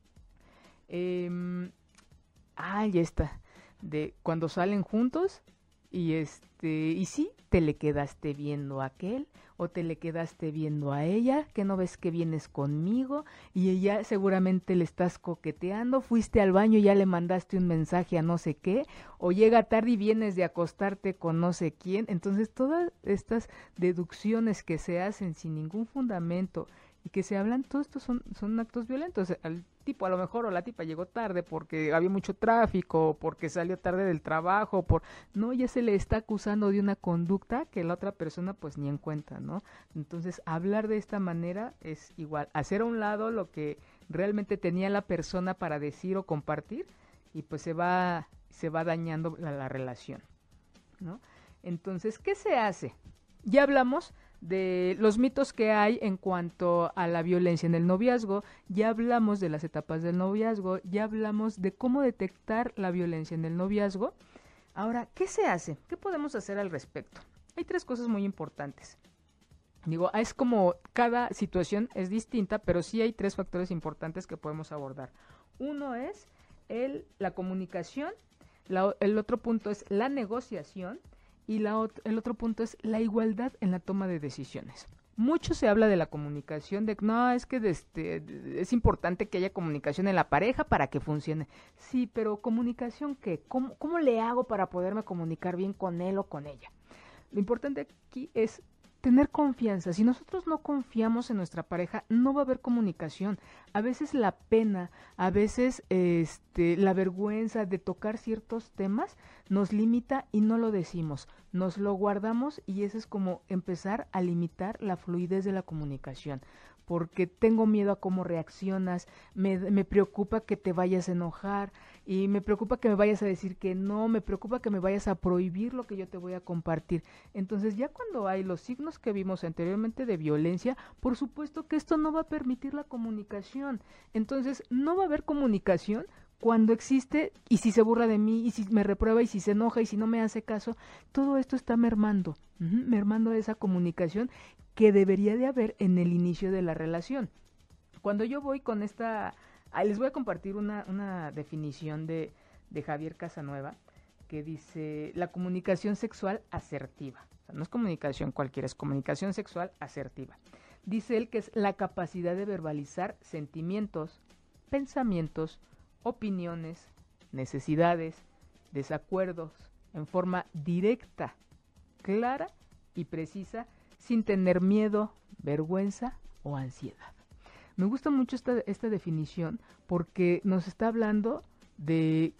Speaker 2: Ya está. De cuando salen juntos y sí, te le quedaste viendo a aquel o te le quedaste viendo a ella, que no ves que vienes conmigo y ella seguramente le estás coqueteando, fuiste al baño y ya le mandaste un mensaje a no sé qué, o llega tarde y vienes de acostarte con no sé quién. Entonces todas estas deducciones que se hacen sin ningún fundamento y que se hablan, todo esto son actos violentos. El tipo a lo mejor o la tipa llegó tarde porque había mucho tráfico, porque salió tarde del trabajo, no, ya se le está acusando de una conducta que la otra persona pues ni en cuenta, ¿no? Entonces hablar de esta manera es igual, hacer a un lado lo que realmente tenía la persona para decir o compartir y pues se va dañando la relación. ¿no? Entonces, ¿qué se hace? Ya hablamos de los mitos que hay en cuanto a la violencia en el noviazgo, ya hablamos de las etapas del noviazgo, ya hablamos de cómo detectar la violencia en el noviazgo. Ahora, ¿qué se hace? ¿Qué podemos hacer al respecto? Hay 3 cosas muy importantes. Digo, es como cada situación es distinta, pero sí hay 3 factores importantes que podemos abordar. Uno es la comunicación, el otro punto es la negociación y el otro punto es la igualdad en la toma de decisiones. Mucho se habla de la comunicación, de no, es que es importante que haya comunicación en la pareja para que funcione. Sí, pero ¿comunicación qué? ¿Cómo le hago para poderme comunicar bien con él o con ella? Lo importante aquí es tener confianza. Si nosotros no confiamos en nuestra pareja, no va a haber comunicación. A veces la pena, a veces la vergüenza de tocar ciertos temas nos limita y no lo decimos. Nos lo guardamos y eso es como empezar a limitar la fluidez de la comunicación. Porque tengo miedo a cómo reaccionas, me preocupa que te vayas a enojar y me preocupa que me vayas a decir que no, me preocupa que me vayas a prohibir lo que yo te voy a compartir. Entonces ya cuando hay los signos que vimos anteriormente de violencia, por supuesto que esto no va a permitir la comunicación. Entonces no va a haber comunicación cuando existe, y si se burla de mí, y si me reprueba, y si se enoja, y si no me hace caso, todo esto está mermando, mermando esa comunicación que debería de haber en el inicio de la relación. Cuando yo voy con les voy a compartir una definición de Javier Casanueva, que dice, la comunicación sexual asertiva. O sea, no es comunicación cualquiera, es comunicación sexual asertiva. Dice él que es la capacidad de verbalizar sentimientos, pensamientos, opiniones, necesidades, desacuerdos, en forma directa, clara y precisa, sin tener miedo, vergüenza o ansiedad. Me gusta mucho esta definición porque nos está hablando de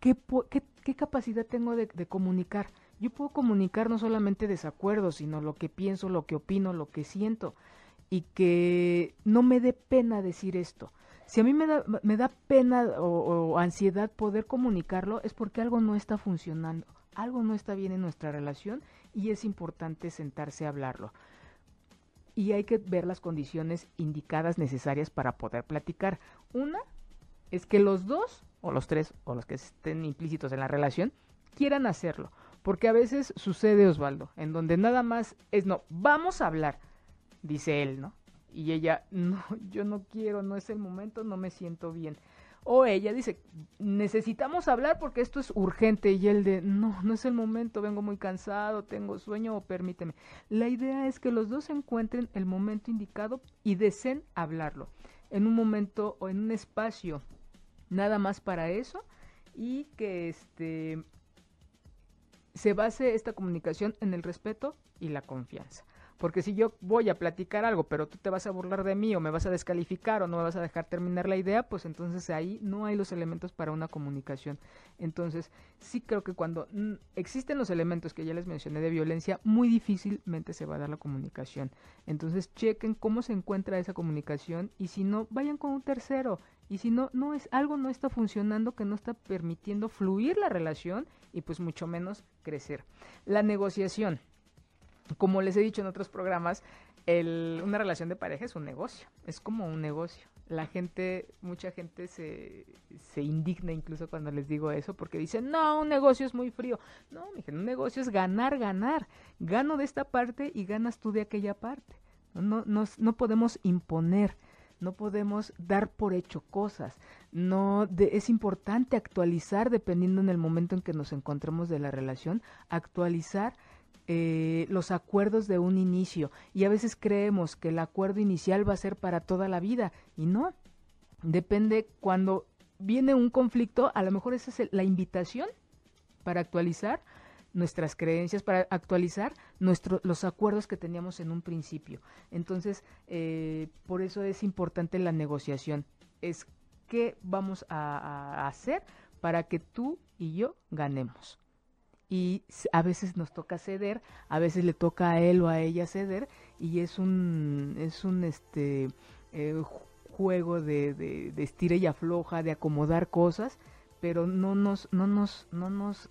Speaker 2: qué capacidad tengo de comunicar. Yo puedo comunicar no solamente desacuerdos, sino lo que pienso, lo que opino, lo que siento, y que no me dé pena decir esto. Si a mí me da pena o ansiedad poder comunicarlo, es porque algo no está funcionando, algo no está bien en nuestra relación y es importante sentarse a hablarlo. Y hay que ver las condiciones indicadas necesarias para poder platicar. Una es que los 2 o los 3 o los que estén implícitos en la relación quieran hacerlo. Porque a veces sucede, Osvaldo, en donde nada más es no, vamos a hablar, dice él, ¿no? Y ella, no, yo no quiero, no es el momento, no me siento bien. O ella dice, necesitamos hablar porque esto es urgente. Y él de, no es el momento, vengo muy cansado, tengo sueño o permíteme. La idea es que los dos encuentren el momento indicado y deseen hablarlo. En un momento o en un espacio nada más para eso. Y que se base esta comunicación en el respeto y la confianza. Porque si yo voy a platicar algo, pero tú te vas a burlar de mí o me vas a descalificar o no me vas a dejar terminar la idea, pues entonces ahí no hay los elementos para una comunicación. Entonces sí creo que cuando existen los elementos que ya les mencioné de violencia, muy difícilmente se va a dar la comunicación. Entonces chequen cómo se encuentra esa comunicación y si no, vayan con un tercero. Y si no algo no está funcionando, que no está permitiendo fluir la relación y pues mucho menos crecer. La negociación. Como les he dicho en otros programas, una relación de pareja es un negocio, es como un negocio. Mucha gente se indigna incluso cuando les digo eso, porque dicen, no, un negocio es muy frío. No, un negocio es ganar. Gano de esta parte y ganas tú de aquella parte. No podemos imponer, no podemos dar por hecho cosas. Es importante actualizar dependiendo en el momento en que nos encontremos de la relación, actualizar los acuerdos de un inicio, y a veces creemos que el acuerdo inicial va a ser para toda la vida y no, depende. Cuando viene un conflicto, a lo mejor esa es la invitación para actualizar nuestras creencias, para actualizar los acuerdos que teníamos en un principio. Entonces por eso es importante la negociación, es qué vamos a hacer para que tú y yo ganemos. Y a veces nos toca ceder, a veces le toca a él o a ella ceder, y es un juego de estira y afloja, de acomodar cosas, pero no nos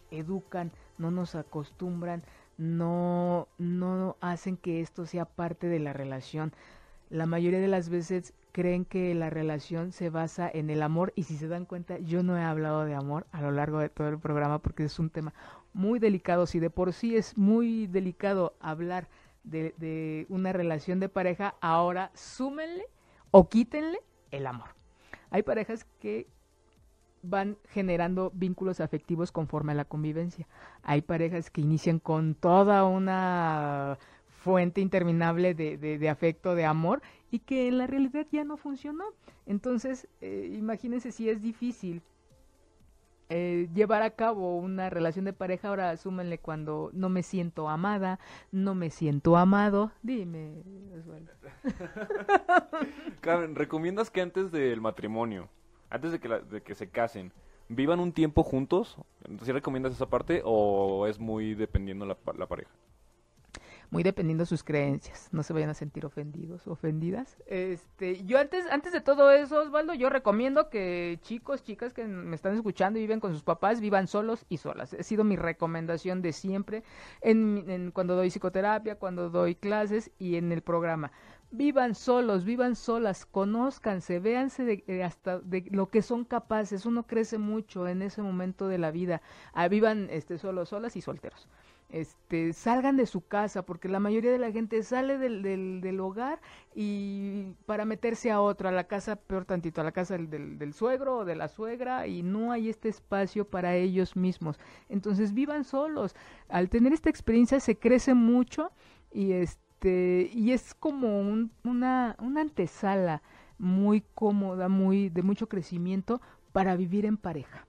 Speaker 2: educan, no nos acostumbran, no hacen que esto sea parte de la relación. La mayoría de las veces creen que la relación se basa en el amor, y si se dan cuenta, yo no he hablado de amor a lo largo de todo el programa porque es un tema muy delicado. Si de por sí es muy delicado hablar de una relación de pareja, ahora súmenle o quítenle el amor. Hay parejas que van generando vínculos afectivos conforme a la convivencia. Hay parejas que inician con toda una fuente interminable de afecto, de amor, y que en la realidad ya no funcionó. Entonces, imagínense si es difícil llevar a cabo una relación de pareja. Ahora asúmenle cuando no me siento amada, no me siento amado. Dime, Osvaldo.
Speaker 3: Carmen, ¿recomiendas que antes del matrimonio, antes de que se casen, vivan un tiempo juntos? ¿Sí recomiendas esa parte o es muy dependiendo la pareja?
Speaker 2: Muy dependiendo de sus creencias, no se vayan a sentir ofendidos, ofendidas. Yo antes de todo eso, Osvaldo, yo recomiendo que chicos, chicas que me están escuchando y viven con sus papás, vivan solos y solas. Ha sido mi recomendación de siempre, cuando doy psicoterapia, cuando doy clases y en el programa. Vivan solos, vivan solas, conózcanse, véanse hasta de lo que son capaces. Uno crece mucho en ese momento de la vida. Vivan solos, solas y solteros. Salgan de su casa, porque la mayoría de la gente sale del hogar y para meterse a otro, a la casa, peor tantito, a la casa del suegro o de la suegra, y no hay este espacio para ellos mismos. Entonces vivan solos. Al tener esta experiencia se crece mucho y y es como una antesala muy cómoda, de mucho crecimiento para vivir en pareja.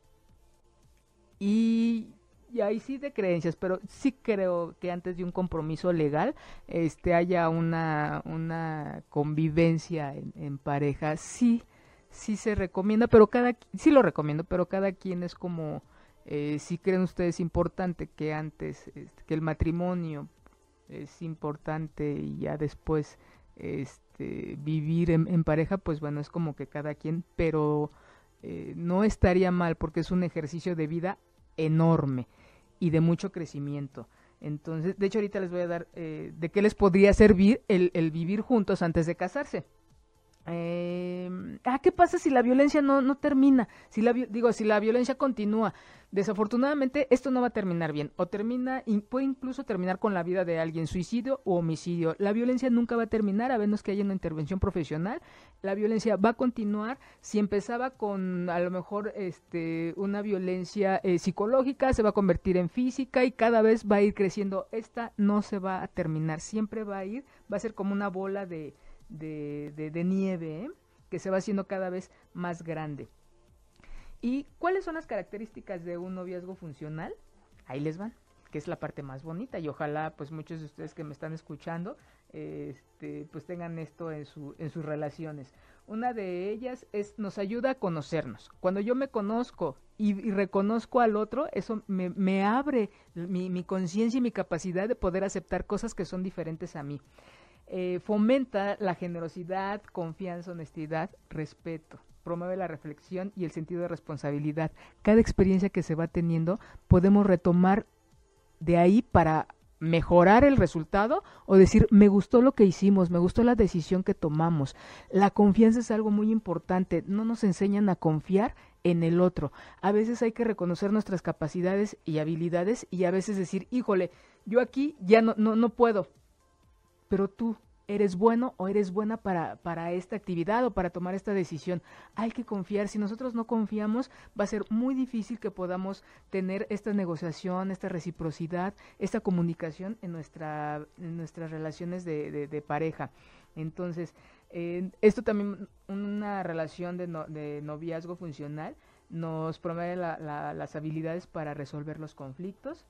Speaker 2: Y ahí sí de creencias, pero sí creo que antes de un compromiso legal haya una convivencia en pareja. Sí se recomienda, pero sí lo recomiendo, pero cada quien es como, si creen ustedes importante que antes, que el matrimonio es importante y ya después vivir en pareja, pues bueno, es como que cada quien, pero no estaría mal porque es un ejercicio de vida enorme y de mucho crecimiento. Entonces, de hecho ahorita les voy a dar de qué les podría servir el vivir juntos antes de casarse. ¿Qué pasa si la violencia no termina? Si la violencia continúa. Desafortunadamente esto no va a terminar bien, o puede incluso terminar con la vida de alguien, suicidio o homicidio. La violencia nunca va a terminar a menos que haya una intervención profesional. La violencia va a continuar. Si empezaba con a lo mejor una violencia psicológica, se va a convertir en física y cada vez va a ir creciendo. Esta no se va a terminar, siempre va a ser como una bola de nieve, que se va haciendo cada vez más grande. ¿Y cuáles son las características de un noviazgo funcional? Ahí les van, que es la parte más bonita, y ojalá pues muchos de ustedes que me están escuchando pues tengan esto en sus relaciones. Una de ellas nos ayuda a conocernos. Cuando yo me conozco y reconozco al otro, eso me abre mi conciencia y mi capacidad de poder aceptar cosas que son diferentes a mí. Fomenta la generosidad, confianza, honestidad, respeto. Promueve la reflexión y el sentido de responsabilidad. Cada experiencia que se va teniendo podemos retomar de ahí para mejorar el resultado o decir, me gustó lo que hicimos, me gustó la decisión que tomamos. La confianza es algo muy importante. No nos enseñan a confiar en el otro. A veces hay que reconocer nuestras capacidades y habilidades y a veces decir, híjole, yo aquí ya no puedo, pero tú eres bueno o eres buena para esta actividad o para tomar esta decisión. Hay que confiar. Si nosotros no confiamos, va a ser muy difícil que podamos tener esta negociación, esta reciprocidad, esta comunicación en nuestras relaciones de pareja. Entonces, esto también, una relación de noviazgo funcional, nos promueve las habilidades para resolver los conflictos.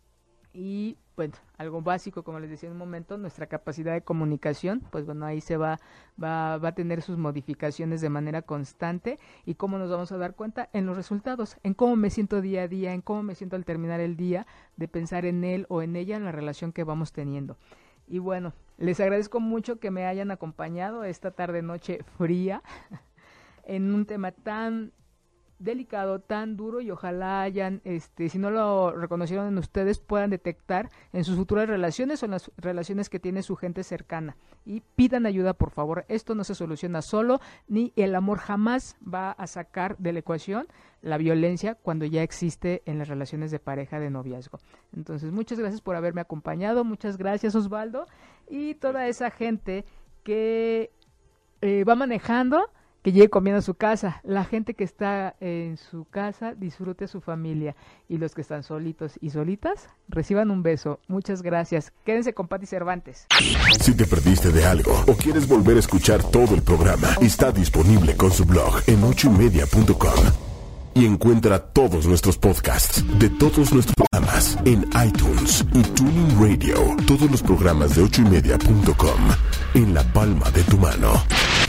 Speaker 2: Y bueno, algo básico, como les decía en un momento, nuestra capacidad de comunicación, pues bueno, ahí se va a tener sus modificaciones de manera constante. ¿Y cómo nos vamos a dar cuenta? En los resultados, en cómo me siento día a día, en cómo me siento al terminar el día, de pensar en él o en ella, en la relación que vamos teniendo. Y bueno, les agradezco mucho que me hayan acompañado esta tarde noche fría en un tema tan delicado, tan duro, y ojalá hayan, si no lo reconocieron en ustedes, puedan detectar en sus futuras relaciones o en las relaciones que tiene su gente cercana, y pidan ayuda, por favor. Esto no se soluciona solo, ni el amor jamás va a sacar de la ecuación la violencia cuando ya existe en las relaciones de pareja, de noviazgo. Entonces, muchas gracias por haberme acompañado, muchas gracias, Osvaldo, y toda esa gente que va manejando, que llegue comiendo a su casa. La gente que está en su casa, disfrute a su familia, y los que están solitos y solitas, reciban un beso. Muchas gracias. Quédense con Pati Cervantes.
Speaker 1: Si te perdiste de algo o quieres volver a escuchar todo el programa, está disponible con su blog en 8ymedia.com. Y encuentra todos nuestros podcasts de todos nuestros programas en iTunes y TuneIn Radio. Todos los programas de 8ymedia.com en la palma de tu mano.